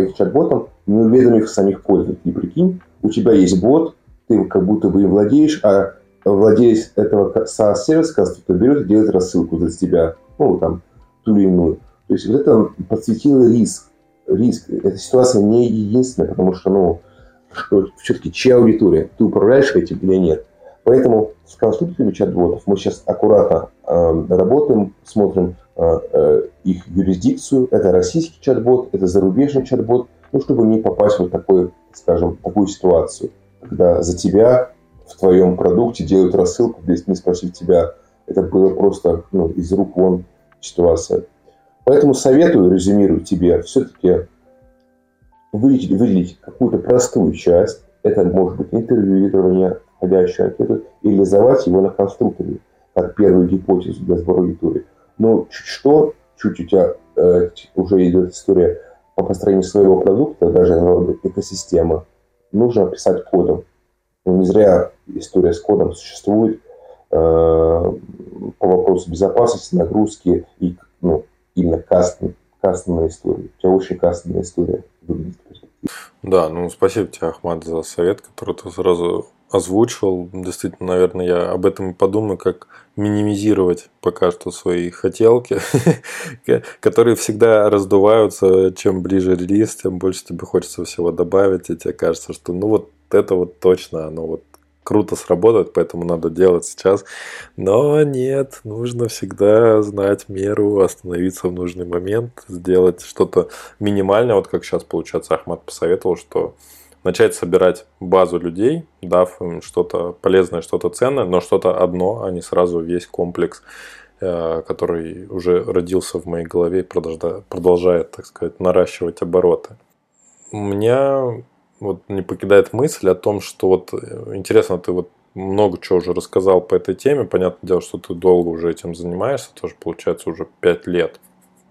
не уведомив самих пользователей. Прикинь, у тебя есть бот, ты как будто бы им владеешь, а владелец этого SaaS-сервиса, конструктор, берет и делает рассылку за тебя, ну, там, ту или иную. То есть вот это подсветило риск. Эта ситуация не единственная, потому что, ну, все-таки чья аудитория? Ты управляешь этим или нет? Поэтому с конструкторами чат-ботов мы сейчас аккуратно работаем, смотрим их юрисдикцию. Это российский чат-бот, это зарубежный чат-бот, ну, чтобы не попасть в вот такую, скажем, такую ситуацию, когда за тебя в твоем продукте делают рассылку, не спросив тебя. Это было просто, ну, из рук вон ситуация. Поэтому советую, резюмирую тебе, все-таки выделить какую-то простую часть. Это может быть интервьюирование, входящую анкету, и реализовать его на конструкторе, как первую гипотезу для сбора аудитории. Но чуть у тебя уже идет история по построению своего продукта, даже экосистема, нужно писать кодом. Ну, не зря история с кодом существует по вопросу безопасности, нагрузки и, ну, именно кастомная история. У тебя очень кастомная история выглядит. Да, ну спасибо тебе, Ахмат, за совет, который ты сразу озвучил. Действительно, наверное, я об этом и подумаю, как минимизировать пока что свои хотелки, которые всегда раздуваются. Чем ближе релиз, тем больше тебе хочется всего добавить, и тебе кажется, что ну вот это вот точно, оно вот круто сработает, поэтому надо делать сейчас. Но нет, нужно всегда знать меру, остановиться в нужный момент, сделать что-то минимальное. Вот как сейчас, получается, Ахмат посоветовал, что начать собирать базу людей, дав им что-то полезное, что-то ценное, но что-то одно, а не сразу весь комплекс, который уже родился в моей голове и продолжает, так сказать, наращивать обороты. У меня вот не покидает мысль о том, что вот интересно, ты вот много чего уже рассказал по этой теме. Понятное дело, что ты долго уже этим занимаешься, тоже получается уже 5 лет.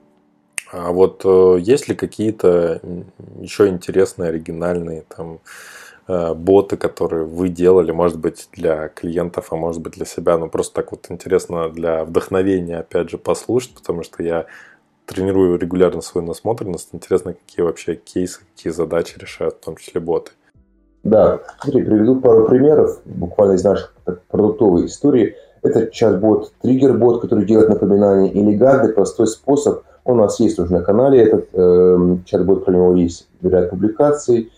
А вот есть ли какие-то еще интересные, оригинальные там боты, которые вы делали, может быть, для клиентов, а может быть, для себя? Ну, просто так вот интересно для вдохновения, опять же, послушать, потому что я тренирую регулярно свою насмотренность. Интересно, какие вообще кейсы, какие задачи решают, в том числе боты. Да, смотри, приведу пару примеров, буквально из наших продуктовой истории. Это чат-бот, триггер-бот, который делает напоминания, элегантный, простой способ. Он у нас есть уже на канале, этот чат-бот, про него есть ряд публикаций.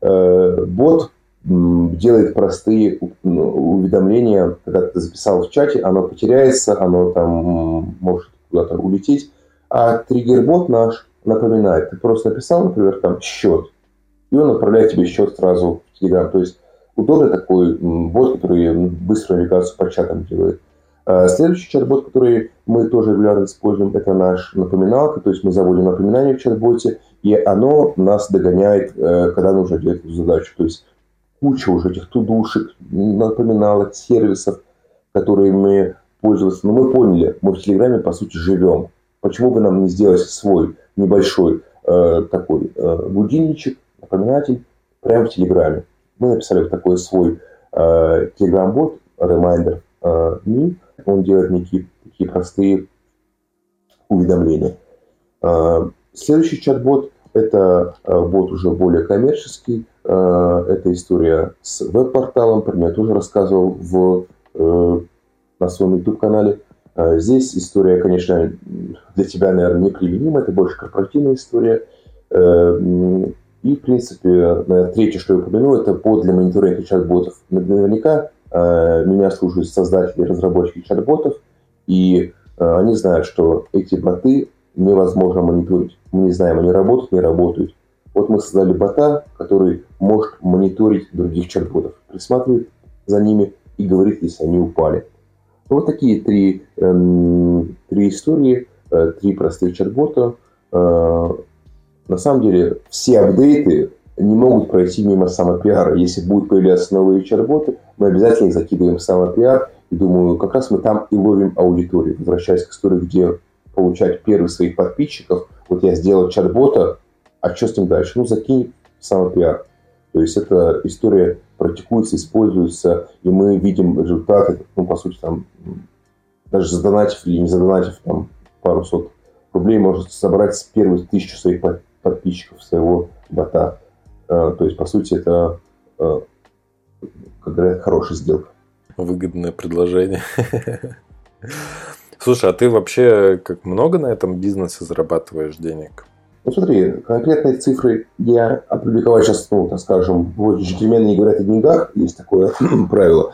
Бот делает простые уведомления, когда ты записал в чате, оно потеряется, оно там может куда-то улететь. А триггер-бот наш напоминает. Ты просто написал, например, там счет, и он отправляет тебе счет сразу в Telegram. То есть удобный такой бот, который быструю навигацию по чатам делает. Следующий чат-бот, который мы тоже регулярно используем, это наш напоминалка. То есть мы заводим напоминание в чат-боте, и оно нас догоняет, когда нужно делать эту задачу. То есть куча уже этих тудушек, напоминалок, сервисов, которые мы пользуемся. Но мы поняли, мы в Телеграме, по сути, живем. Почему бы нам не сделать свой небольшой такой будильничек, напоминатель прямо в Телеграме? Мы написали вот такой свой Telegram-бот, Reminder Me. Он делает некие такие простые уведомления. Следующий чат-бот – это бот уже более коммерческий. Это история с веб-порталом. Про меня тоже рассказывал на своем YouTube-канале. Здесь история, конечно, для тебя, наверное, неприменима. Это больше корпоративная история. И, в принципе, наверное, третье, что я упомянул, это бот для мониторинга чат-ботов. Наверняка меня слушают создатели и разработчики чат-ботов. И они знают, что эти боты невозможно мониторить. Мы не знаем, они работают, не работают. Вот мы создали бота, который может мониторить других чат-ботов, присматривает за ними и говорит, если они упали. Вот такие три истории, три простых чат-бота. На самом деле все апдейты не могут пройти мимо самопиара. Если будут появляться новые чат-боты, мы обязательно их закидываем в самопиар. И думаю, как раз мы там и ловим аудиторию. Возвращаясь к истории, где получать первых своих подписчиков. Вот я сделал чат-бота, а что с ним дальше? Ну, закинь в самопиар. То есть эта история практикуется, используется, и мы видим результаты, ну, по сути, там, даже задонатив или не задонатив там пару сот рублей, может собрать с первых 1000 своих подписчиков своего бота. То есть, по сути, это, как говорят, хорошая сделка. Выгодное предложение. Слушай, а ты вообще как много на этом бизнесе зарабатываешь денег? Ну, смотри, конкретные цифры я опубликовать сейчас, ну, так скажем, вот джентльмены не говорят о деньгах, есть такое правило.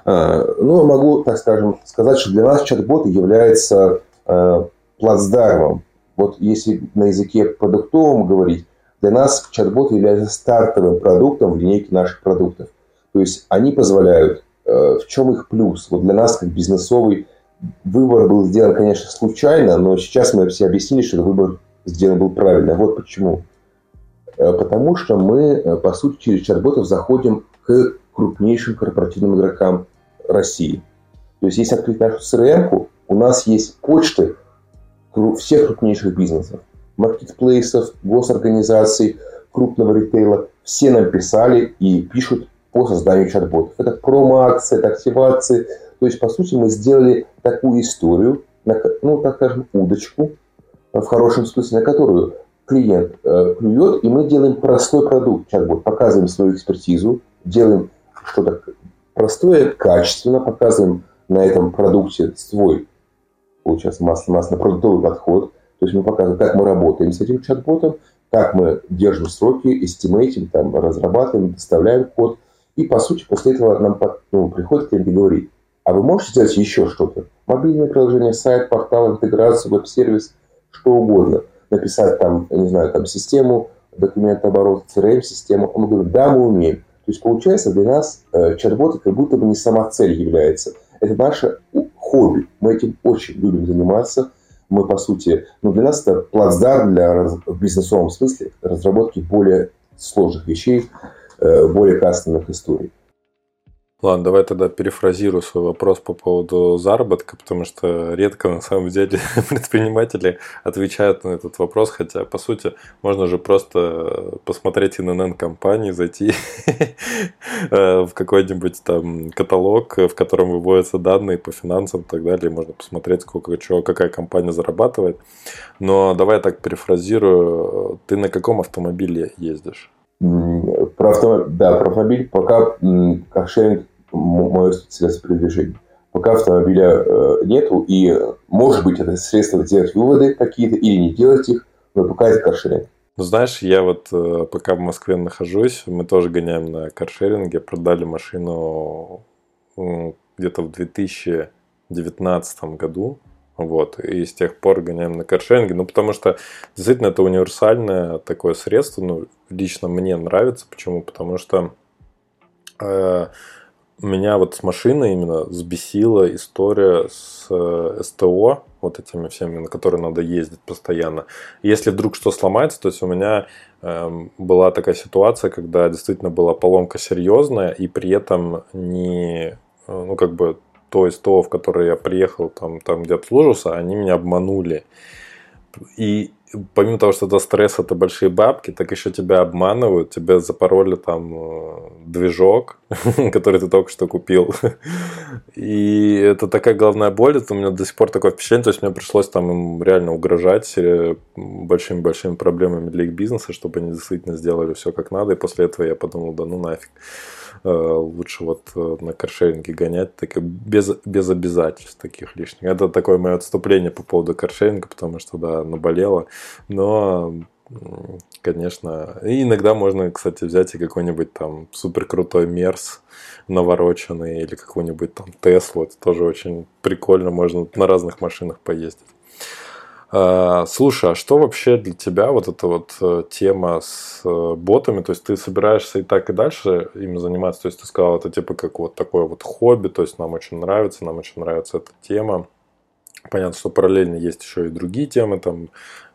Но могу, так скажем, сказать, что для нас чат-бот является плацдармом. Вот если на языке продуктовом говорить, для нас чат-бот является стартовым продуктом в линейке наших продуктов. То есть они позволяют, в чем их плюс? Вот для нас, как бизнесовый, выбор был сделан, конечно, случайно, но сейчас мы все объяснили, что выбор сделан был правильно. Вот почему. Потому что мы, по сути, через чат-ботов заходим к крупнейшим корпоративным игрокам России. То есть, если открыть нашу CRM-ку, у нас есть почты всех крупнейших бизнесов, маркетплейсов, госорганизаций, крупного ритейла. Все нам писали и пишут по созданию чат-ботов. Это промо-акции, это активации. То есть, по сути, мы сделали такую историю, ну, так скажем, удочку, в хорошем смысле, на которую клиент клюет, и мы делаем простой продукт, чат-бот, показываем свою экспертизу, делаем что-то простое, качественно, показываем на этом продукте свой, получается, масло-продуктовый подход. То есть мы показываем, как мы работаем с этим чат-ботом, как мы держим сроки, эстимейтим, там, разрабатываем, доставляем код. И, по сути, после этого нам приходит клиент и говорит, а вы можете сделать еще что-то? Мобильное приложение, сайт, портал, интеграцию, веб-сервис, что угодно. Написать там, я не знаю, там систему, документооборот, CRM-систему. Он говорит, да, мы умеем. То есть, получается, для нас чат-боты как будто бы не сама цель является. Это наше хобби. Мы этим очень любим заниматься. Мы, по сути, для нас это плацдарм в бизнесовом смысле разработки более сложных вещей, более кастомных историй. Ладно, давай тогда перефразирую свой вопрос по поводу заработка, потому что редко на самом деле предприниматели отвечают на этот вопрос, хотя по сути можно же просто посмотреть ИНН-компании, зайти в какой-нибудь там каталог, в котором выводятся данные по финансам и так далее, можно посмотреть, сколько чего, какая компания зарабатывает. Но давай я так перефразирую, ты на каком автомобиле ездишь? Про автомобиль пока каршеринг мое средство передвижения. Пока автомобиля нету, и может быть это средство сделать выводы какие-то или не делать их, но пока это каршеринг. Ну, знаешь, я вот пока в Москве нахожусь, мы тоже гоняем на каршеринге, продали машину где-то в 2019 году. Вот, и с тех пор гоняем на каршеринге, потому что действительно это универсальное такое средство, лично мне нравится. Почему? Потому что меня вот с машиной именно взбесила история с СТО, вот этими всеми, на которые надо ездить постоянно. Если вдруг что сломается, то есть у меня была такая ситуация, когда действительно была поломка серьезная, и при этом не, то СТО, в которое я приехал, там где обслуживался, они меня обманули. И помимо того, что это стресс, это большие бабки, так еще тебя обманывают, тебе запороли там движок, который ты только что купил. И это такая головная боль, это у меня до сих пор такое впечатление, то есть мне пришлось там им реально угрожать большими-большими проблемами для их бизнеса, чтобы они действительно сделали все как надо. И после этого я подумал, да ну нафиг. Лучше на каршеринге гонять так, без обязательств таких лишних. Это такое мое отступление по поводу каршеринга, потому что, да, наболело. Но конечно. И иногда можно, кстати, взять и какой-нибудь там супер крутой Мерс навороченный или какую-нибудь там Теслу. Это тоже очень прикольно. Можно на разных машинах поездить. Слушай, а что вообще для тебя вот эта вот тема с ботами? То есть ты собираешься и так и дальше ими заниматься? То есть ты сказал, это типа как вот такое вот хобби, то есть нам очень нравится эта тема. Понятно, что параллельно есть еще и другие темы, там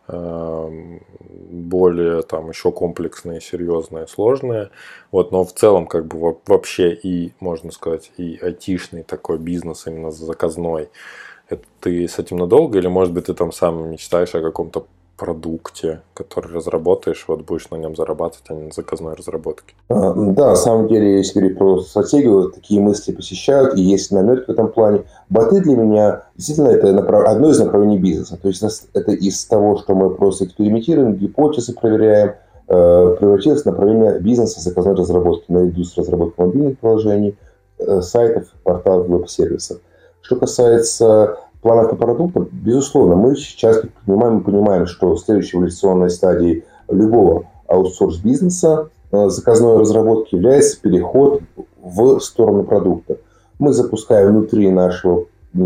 более там еще комплексные, серьезные, сложные. Вот, но в целом как бы вообще и, можно сказать, и айтишный такой бизнес именно заказной. Это ты с этим надолго или, может быть, ты там сам мечтаешь о каком-то продукте, который разработаешь, вот будешь на нем зарабатывать, а не на заказной разработке? Да, на самом деле, если говорить про стратегию, такие мысли посещают, и есть намек в этом плане. Боты для меня действительно это одно из направлений бизнеса. То есть это из того, что мы просто экспериментируем, гипотезы проверяем, превратилось в направление бизнеса заказной разработки, наряду с разработкой мобильных приложений, сайтов, порталов, веб-сервисов. Что касается планов по продуктам, безусловно, мы сейчас понимаем, что следующей эволюционной стадией любого аутсорс-бизнеса заказной разработки является переход в сторону продукта. Мы запускаем внутри нашей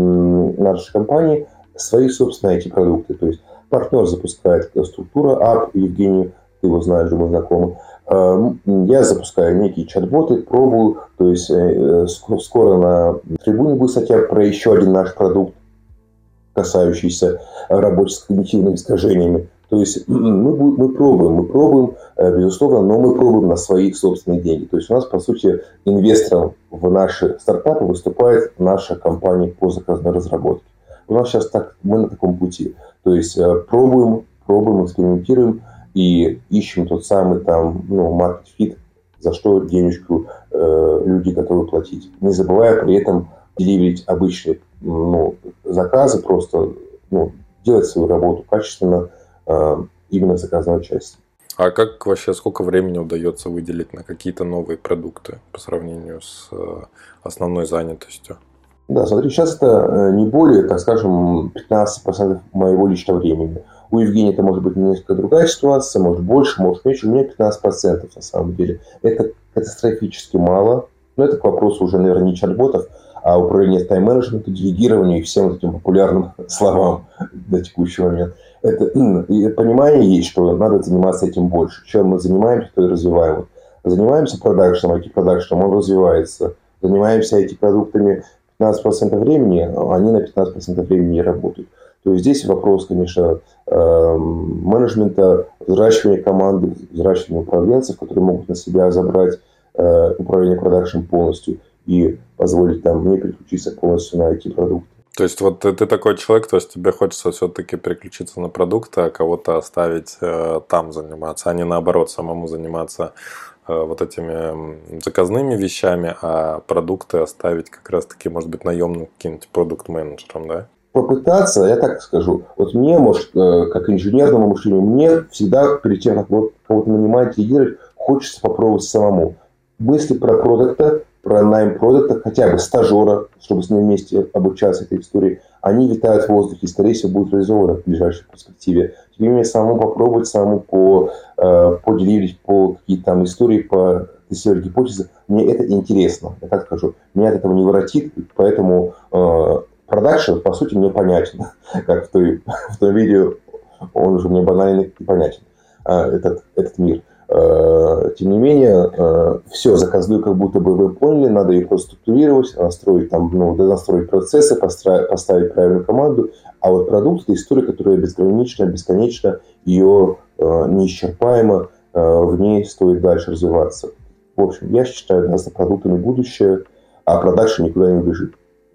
компании свои собственные IT-продукты. То есть партнер запускает структура, App, Евгений, ты его знаешь, мы знакомы. Я запускаю некие чат-боты, пробую. То есть скоро на трибуне будет статья про еще один наш продукт, касающийся работы с когнитивными искажениями. То есть мы пробуем, безусловно, но мы пробуем на свои собственные деньги. То есть у нас, по сути, инвестором в наши стартапы выступает наша компания по заказной разработке. У нас сейчас мы на таком пути. То есть пробуем, экспериментируем и ищем тот самый там, market fit, за что денежку люди готовы платить. Не забывая при этом деливерить обычные заказы, просто делать свою работу качественно именно в заказной части. А как вообще, сколько времени удается выделить на какие-то новые продукты по сравнению с основной занятостью? Да, смотри, сейчас это не более, так скажем, 15% моего личного времени. У Евгения это может быть несколько другая ситуация, может больше, может меньше. У меня 15% на самом деле. Это катастрофически мало. Но это к вопросу уже, наверное, не чат-ботов, а управления тайм-менеджментом, делегированию и всем этим популярным словам до текущего момента. И понимание есть, что надо заниматься этим больше. Чем мы занимаемся, то и развиваем. Занимаемся продакшеном, IT-продакшеном, он развивается. Занимаемся IT-продуктами 15% времени, они на 15% времени не работают. То есть здесь вопрос, конечно, менеджмента, взращивания команды, взращивания управленцев, которые могут на себя забрать управление продакшн полностью и позволить мне переключиться полностью на IT-продукты. То есть вот ты такой человек, то есть тебе хочется все-таки переключиться на продукты, а кого-то оставить там заниматься, а не наоборот самому заниматься вот этими заказными вещами, а продукты оставить как раз-таки, может быть, наемным каким-нибудь продукт-менеджером, да? Попытаться, я так скажу, вот мне, может, как инженерному мышлению, мне всегда перед тем, как кого-то нанимать, лидировать, хочется попробовать самому. Мысли про продукта, про найм продукта, хотя бы стажера, чтобы с ним вместе обучаться этой истории, они витают в воздухе и, скорее всего, будут реализованы в ближайшей перспективе. Тем не менее, самому попробовать, самому поделить по какие-то там истории, по тестировать гипотезы, мне это интересно, я так скажу. Меня от этого не воротит, поэтому продакшн, по сути, мне понятен. Как в том видео, он уже мне банальный и понятен, этот мир. Тем не менее, все заказную как будто бы вы поняли, надо ее просто структурировать, настроить настроить процессы, поставить правильную команду. А вот продукт – это история, которая безгранична, бесконечна, ее неисчерпаемо, в ней стоит дальше развиваться. В общем, я считаю, нас за продуктами будущее, а продакшн никуда не убежит.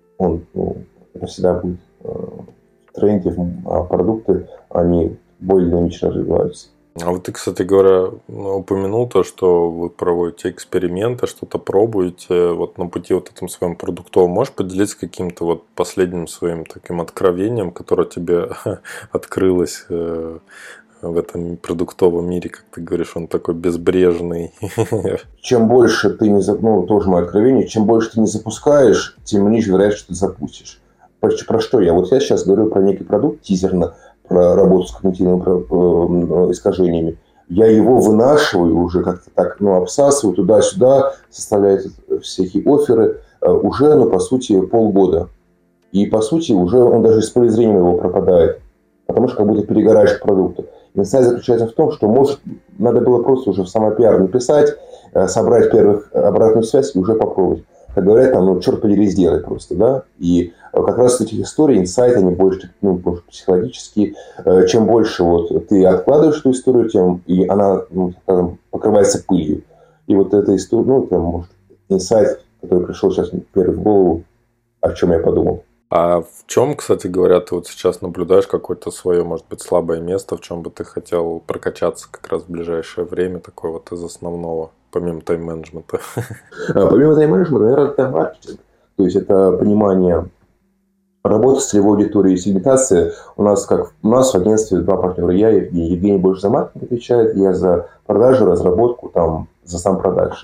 Это всегда будет в тренде, а продукты, они более динамично развиваются. А вот ты, кстати говоря, упомянул то, что вы проводите эксперименты, что-то пробуете вот на пути вот этим своим продуктовым. Можешь поделиться каким-то вот последним своим таким откровением, которое тебе открылось в этом продуктовом мире, как ты говоришь, он такой безбрежный. Чем больше ты тоже мое откровение, чем больше ты не запускаешь, тем ниже вероятность, что ты запустишь. Про что я? Вот я сейчас говорил про некий продукт тизерно, про работу с когнитивными искажениями, я его вынашиваю уже как-то так, обсасываю туда-сюда, составляю всякие офферы уже, по сути, полгода. И, по сути, уже он даже из поля зрения его пропадает, потому что как будто перегораешь к продукту. Инсайт заключается в том, что, может, надо было просто уже в самопиар написать, собрать первых обратную связь и уже попробовать. Как говорят, черт подери, сделай просто, да. И как раз в этих историях инсайты, они больше, больше психологические. Чем больше вот ты откладываешь эту историю, тем и она, скажем, покрывается пылью. И вот эта история, это, может, инсайт, который пришел сейчас первый в голову, о чем я подумал. А в чем, кстати говоря, ты вот сейчас наблюдаешь какое-то свое, может быть, слабое место, в чем бы ты хотел прокачаться как раз в ближайшее время, такое вот из основного, помимо тайм-менеджмента? Помимо тайм-менеджмента, наверное, это маркетинг. То есть это понимание работы с целевой аудиторией и сегментации. У нас в агентстве два партнера. Я и Евгений. Евгений больше за маркетинг отвечает, я за продажу, разработку, за сам продажи.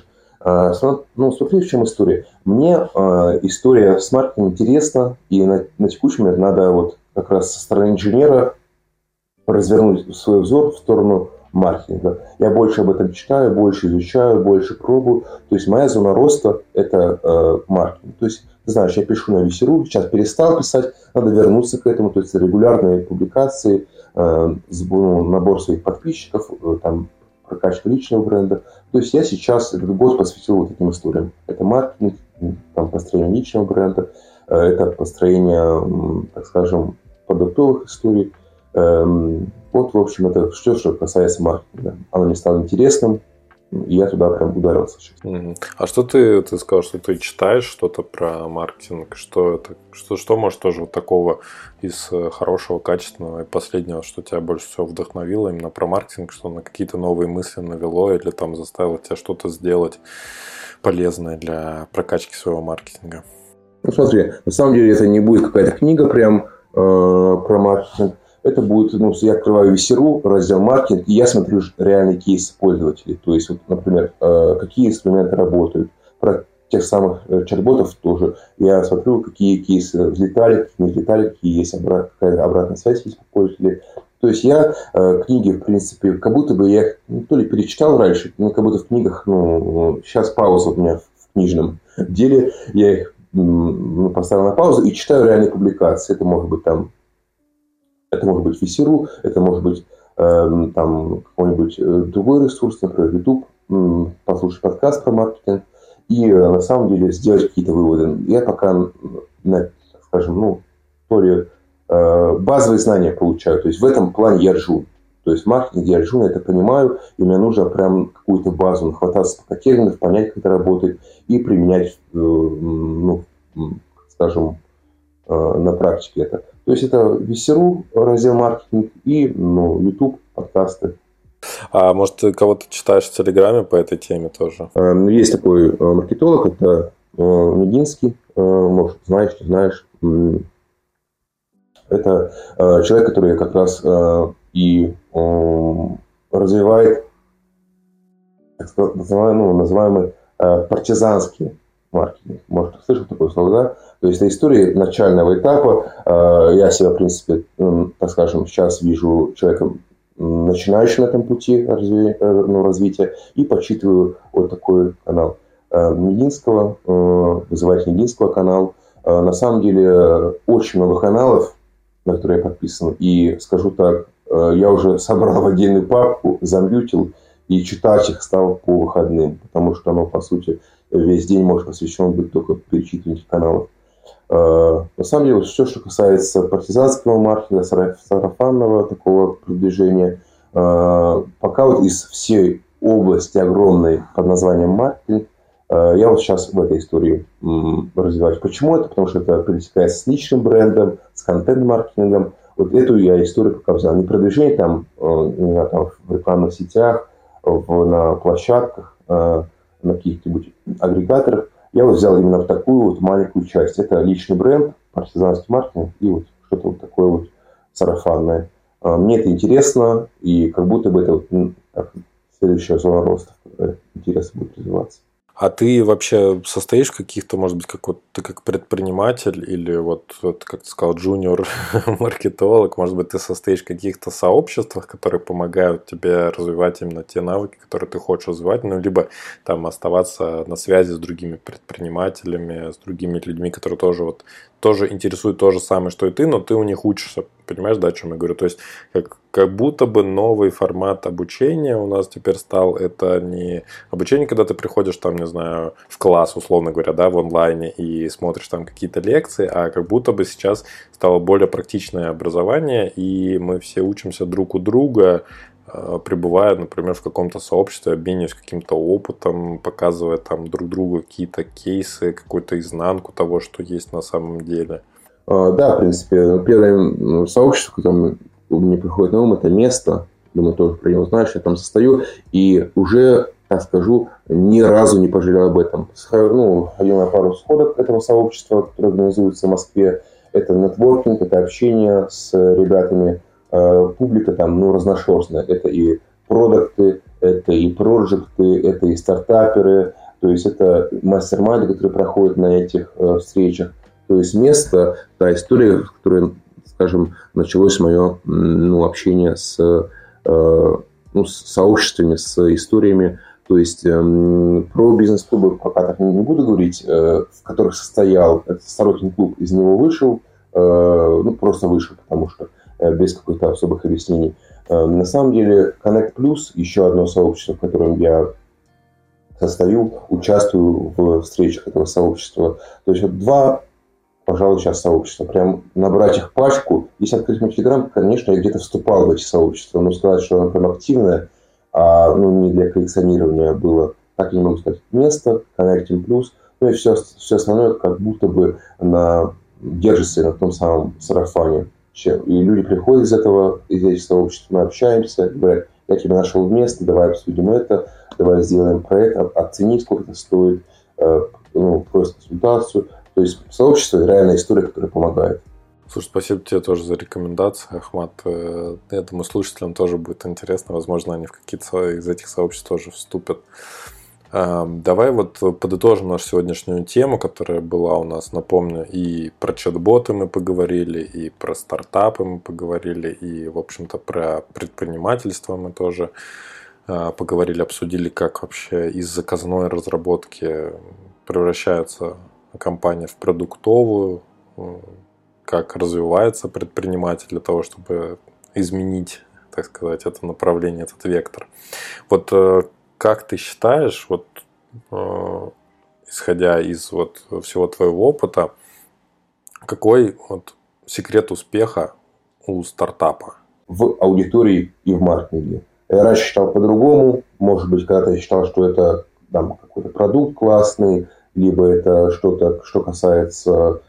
Смотри, в чем история. Мне история с маркетингом интересна, и на текущий момент надо вот как раз со стороны инженера развернуть свой взор в сторону маркетинга. Я больше об этом читаю, больше изучаю, больше пробую. То есть моя зона роста – это маркетинг. То есть, ты знаешь, я пишу на VC.ru, сейчас перестал писать, надо вернуться к этому. То есть регулярные публикации, набор своих подписчиков, прокачка личного бренда. То есть я сейчас этот год посвятил вот таким историям. Это маркетинг, построение личного бренда, это построение, так скажем, продуктовых историй. Вот, в общем, это все, что касается маркетинга. Оно мне стало интересным, и я туда прям ударился сейчас. А что ты сказал, что ты читаешь что-то про маркетинг? Что может тоже вот такого из хорошего, качественного и последнего, что тебя больше всего вдохновило именно про маркетинг, что на какие-то новые мысли навело или там заставило тебя что-то сделать полезное для прокачки своего маркетинга? Смотри, на самом деле это не будет какая-то книга прям про маркетинг. Это будет, я открываю VC.ru, раздел маркетинг, и я смотрю реальные кейсы пользователей. То есть, вот, например, какие инструменты работают. Про тех самых чат-ботов тоже. Я смотрю, какие кейсы взлетали, какие не взлетали, какие есть какая обратная связь есть у пользователей. То есть я книги, в принципе, как будто бы я их то ли перечитал раньше, но как будто в книгах, сейчас пауза у меня в книжном деле, я их поставил на паузу и читаю реальные публикации. Это может быть VC.ru, это может быть какой-нибудь другой ресурс, например, YouTube, послушать подкаст про маркетинг и на самом деле сделать какие-то выводы. Я пока, скажем, то ли базовые знания получаю, то есть в этом плане я джун. То есть в маркетинге я джун, я это понимаю, и мне нужно прям какую-то базу нахвататься по терминов, понять, как это работает, и применять, скажем, на практике это. То есть это VC.ru, раздел маркетинг и YouTube, подкасты. А может, ты кого-то читаешь в Телеграме по этой теме тоже? Есть такой маркетолог, это Мединский, может, знаешь, не знаешь. Это человек, который как раз и развивает называемый партизанский маркетинг. Может, ты слышал такое слово, да? То есть на истории начального этапа я себя, в принципе, так скажем, сейчас вижу человеком, начинающим на этом пути развития, и почитываю вот такой канал Мединского, вызывать Мединского канал. На самом деле очень много каналов, на которые я подписан, и скажу так, я уже собрал в отдельную папку, замьютил, и читать их стал по выходным, потому что оно, по сути, весь день может посвящен быть только перечитыванию этих каналов. На самом деле, все, что касается партизанского маркетинга, сарафанного такого продвижения, пока вот из всей области огромной под названием маркетинг, я вот сейчас в этой истории развиваюсь. Почему это? Потому что это пересекается с личным брендом, с контент-маркетингом. Вот эту я историю пока взял. Не продвижение там в рекламных сетях, на площадках, на каких-нибудь агрегаторах. Я вот взял именно в такую вот маленькую часть. Это личный бренд, партизанский маркетинг и вот что-то вот такое вот сарафанное. Мне это интересно, и как будто бы это вот, следующая зона роста, в которой интересно будет развиваться. А ты вообще состоишь в каких-то, может быть, как вот ты как предприниматель или вот как ты сказал, джуниор-маркетолог, может быть, ты состоишь в каких-то сообществах, которые помогают тебе развивать именно те навыки, которые ты хочешь развивать, ну, либо там оставаться на связи с другими предпринимателями, с другими людьми, которые тоже интересуют то же самое, что и ты, но ты у них учишься. Понимаешь, да, о чем я говорю? То есть, как будто бы новый формат обучения у нас теперь стал. Это не обучение, когда ты приходишь там, не знаю, в класс, условно говоря, да, в онлайне и смотришь там какие-то лекции, а как будто бы сейчас стало более практичное образование, и мы все учимся друг у друга, пребывая, например, в каком-то сообществе, обмениваясь каким-то опытом, показывая там друг другу какие-то кейсы, какую-то изнанку того, что есть на самом деле. Да, в принципе, первое сообщество, которое мне приходит на ум, это место. Думаю, тоже про него знаешь, я там состою. И уже, так скажу, ни разу не пожалел об этом. Ходил на пару сходок этого сообщества, которое организуется в Москве. Это нетворкинг, это общение с ребятами. Публика там, разношерстная. Это и продукты, это и проекты, это и стартаперы. То есть это мастер-майнды, которые проходят на этих встречах. То есть место, та история, в которой, скажем, началось мое общение с сообществами, с историями. То есть про бизнес-клубы пока так не буду говорить, в которых состоял Сорокин клуб, из него вышел, просто вышел, потому что без каких-то особых объяснений. На самом деле Connect Plus, еще одно сообщество, в котором я состою, участвую в встречах этого сообщества. То есть вот два, пожалуй, сейчас сообщества. Прям набрать их пачку. Если открыть мой Телеграм, конечно, я где-то вступал в эти сообщества. Но сказать, что оно прям активное, не для коллекционирования было, так я не могу сказать. Место, Connecting Plus, и все остальное как будто бы держится на том самом сарафане. И люди приходят из этих сообществ, мы общаемся, говорят, я тебе нашел место, давай обсудим это, давай сделаем проект, оцени, сколько это стоит, просят консультацию. То есть сообщество – реальная история, которая помогает. Слушай, спасибо тебе тоже за рекомендации, Ахмат. Я думаю, слушателям тоже будет интересно. Возможно, они в какие-то из этих сообществ тоже вступят. Давай подытожим нашу сегодняшнюю тему, которая была у нас, напомню, и про чат-боты мы поговорили, и про стартапы мы поговорили, и, в общем-то, про предпринимательство мы тоже поговорили, обсудили, как вообще из заказной разработки превращается компания в продуктовую, как развивается предприниматель для того, чтобы изменить, так сказать, это направление, этот вектор. Как ты считаешь, исходя из всего твоего опыта, какой секрет успеха у стартапа? В аудитории и в маркетинге. Я раньше считал по-другому. Может быть, когда-то я считал, что это какой-то продукт классный, либо это что-то, что касается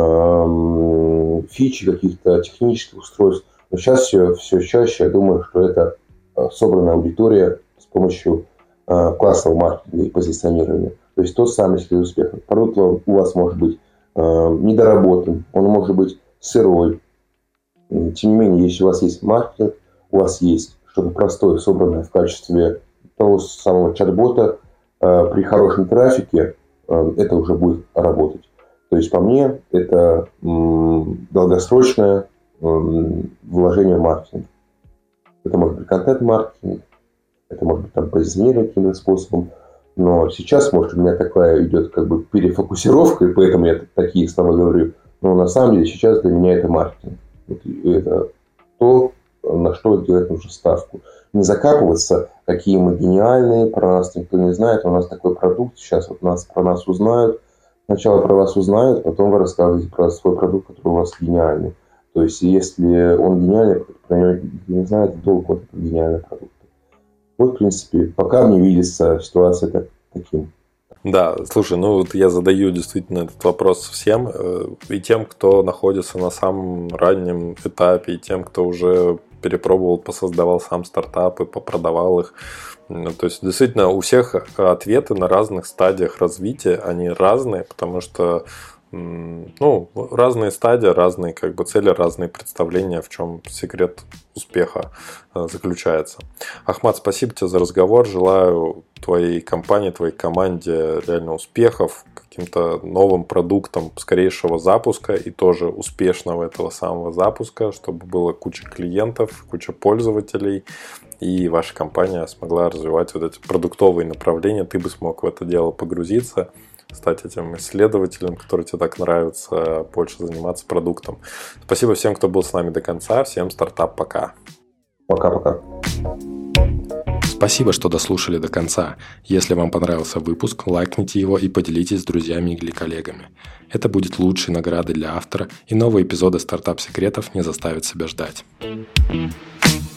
фичи, каких-то технических устройств. Но сейчас все чаще я думаю, что это собранная аудитория с помощью классного маркетинга и позиционирования. То есть тот самый секрет успеха. Продукт у вас может быть недоработан, он может быть сырой. Тем не менее, если у вас есть маркетинг, у вас есть что-то простое, собранное в качестве того самого чат-бота, при хорошем трафике это уже будет работать. То есть, по мне, это долгосрочное вложение в маркетинг. Это может быть контент-маркетинг, это может быть позиционирование каким-то способом. Но сейчас, может, у меня такая идет перефокусировка, и поэтому я такие слова говорю. Но на самом деле сейчас для меня это маркетинг. Это то, на что делать нужно ставку. Не закапываться, какие мы гениальные, про нас никто не знает, у нас такой продукт, сейчас про нас узнают. Сначала про вас узнают, потом вы рассказываете про свой продукт, который у вас гениальный. То есть, если он гениальный, про него не знает, долго это гениальный продукт. В принципе, пока мне видится ситуация таким. Да, слушай, я задаю действительно этот вопрос всем, и тем, кто находится на самом раннем этапе, и тем, кто уже перепробовал, посоздавал сам стартапы, попродавал их. То есть, действительно, у всех ответы на разных стадиях развития, они разные, потому что разные стадии, разные цели, разные представления, в чем секрет успеха заключается. Ахмат, спасибо тебе за разговор. Желаю твоей компании, твоей команде реально успехов, каким-то новым продуктам скорейшего запуска и тоже успешного этого самого запуска, чтобы было куча клиентов, куча пользователей, и ваша компания смогла развивать вот эти продуктовые направления. Ты бы смог в это дело погрузиться, стать этим исследователем, который тебе так нравится, больше заниматься продуктом. Спасибо всем, кто был с нами до конца. Всем стартап пока. Пока-пока. Спасибо, что дослушали до конца. Если вам понравился выпуск, лайкните его и поделитесь с друзьями или коллегами. Это будет лучшей наградой для автора, и новые эпизоды стартап-секретов не заставят себя ждать.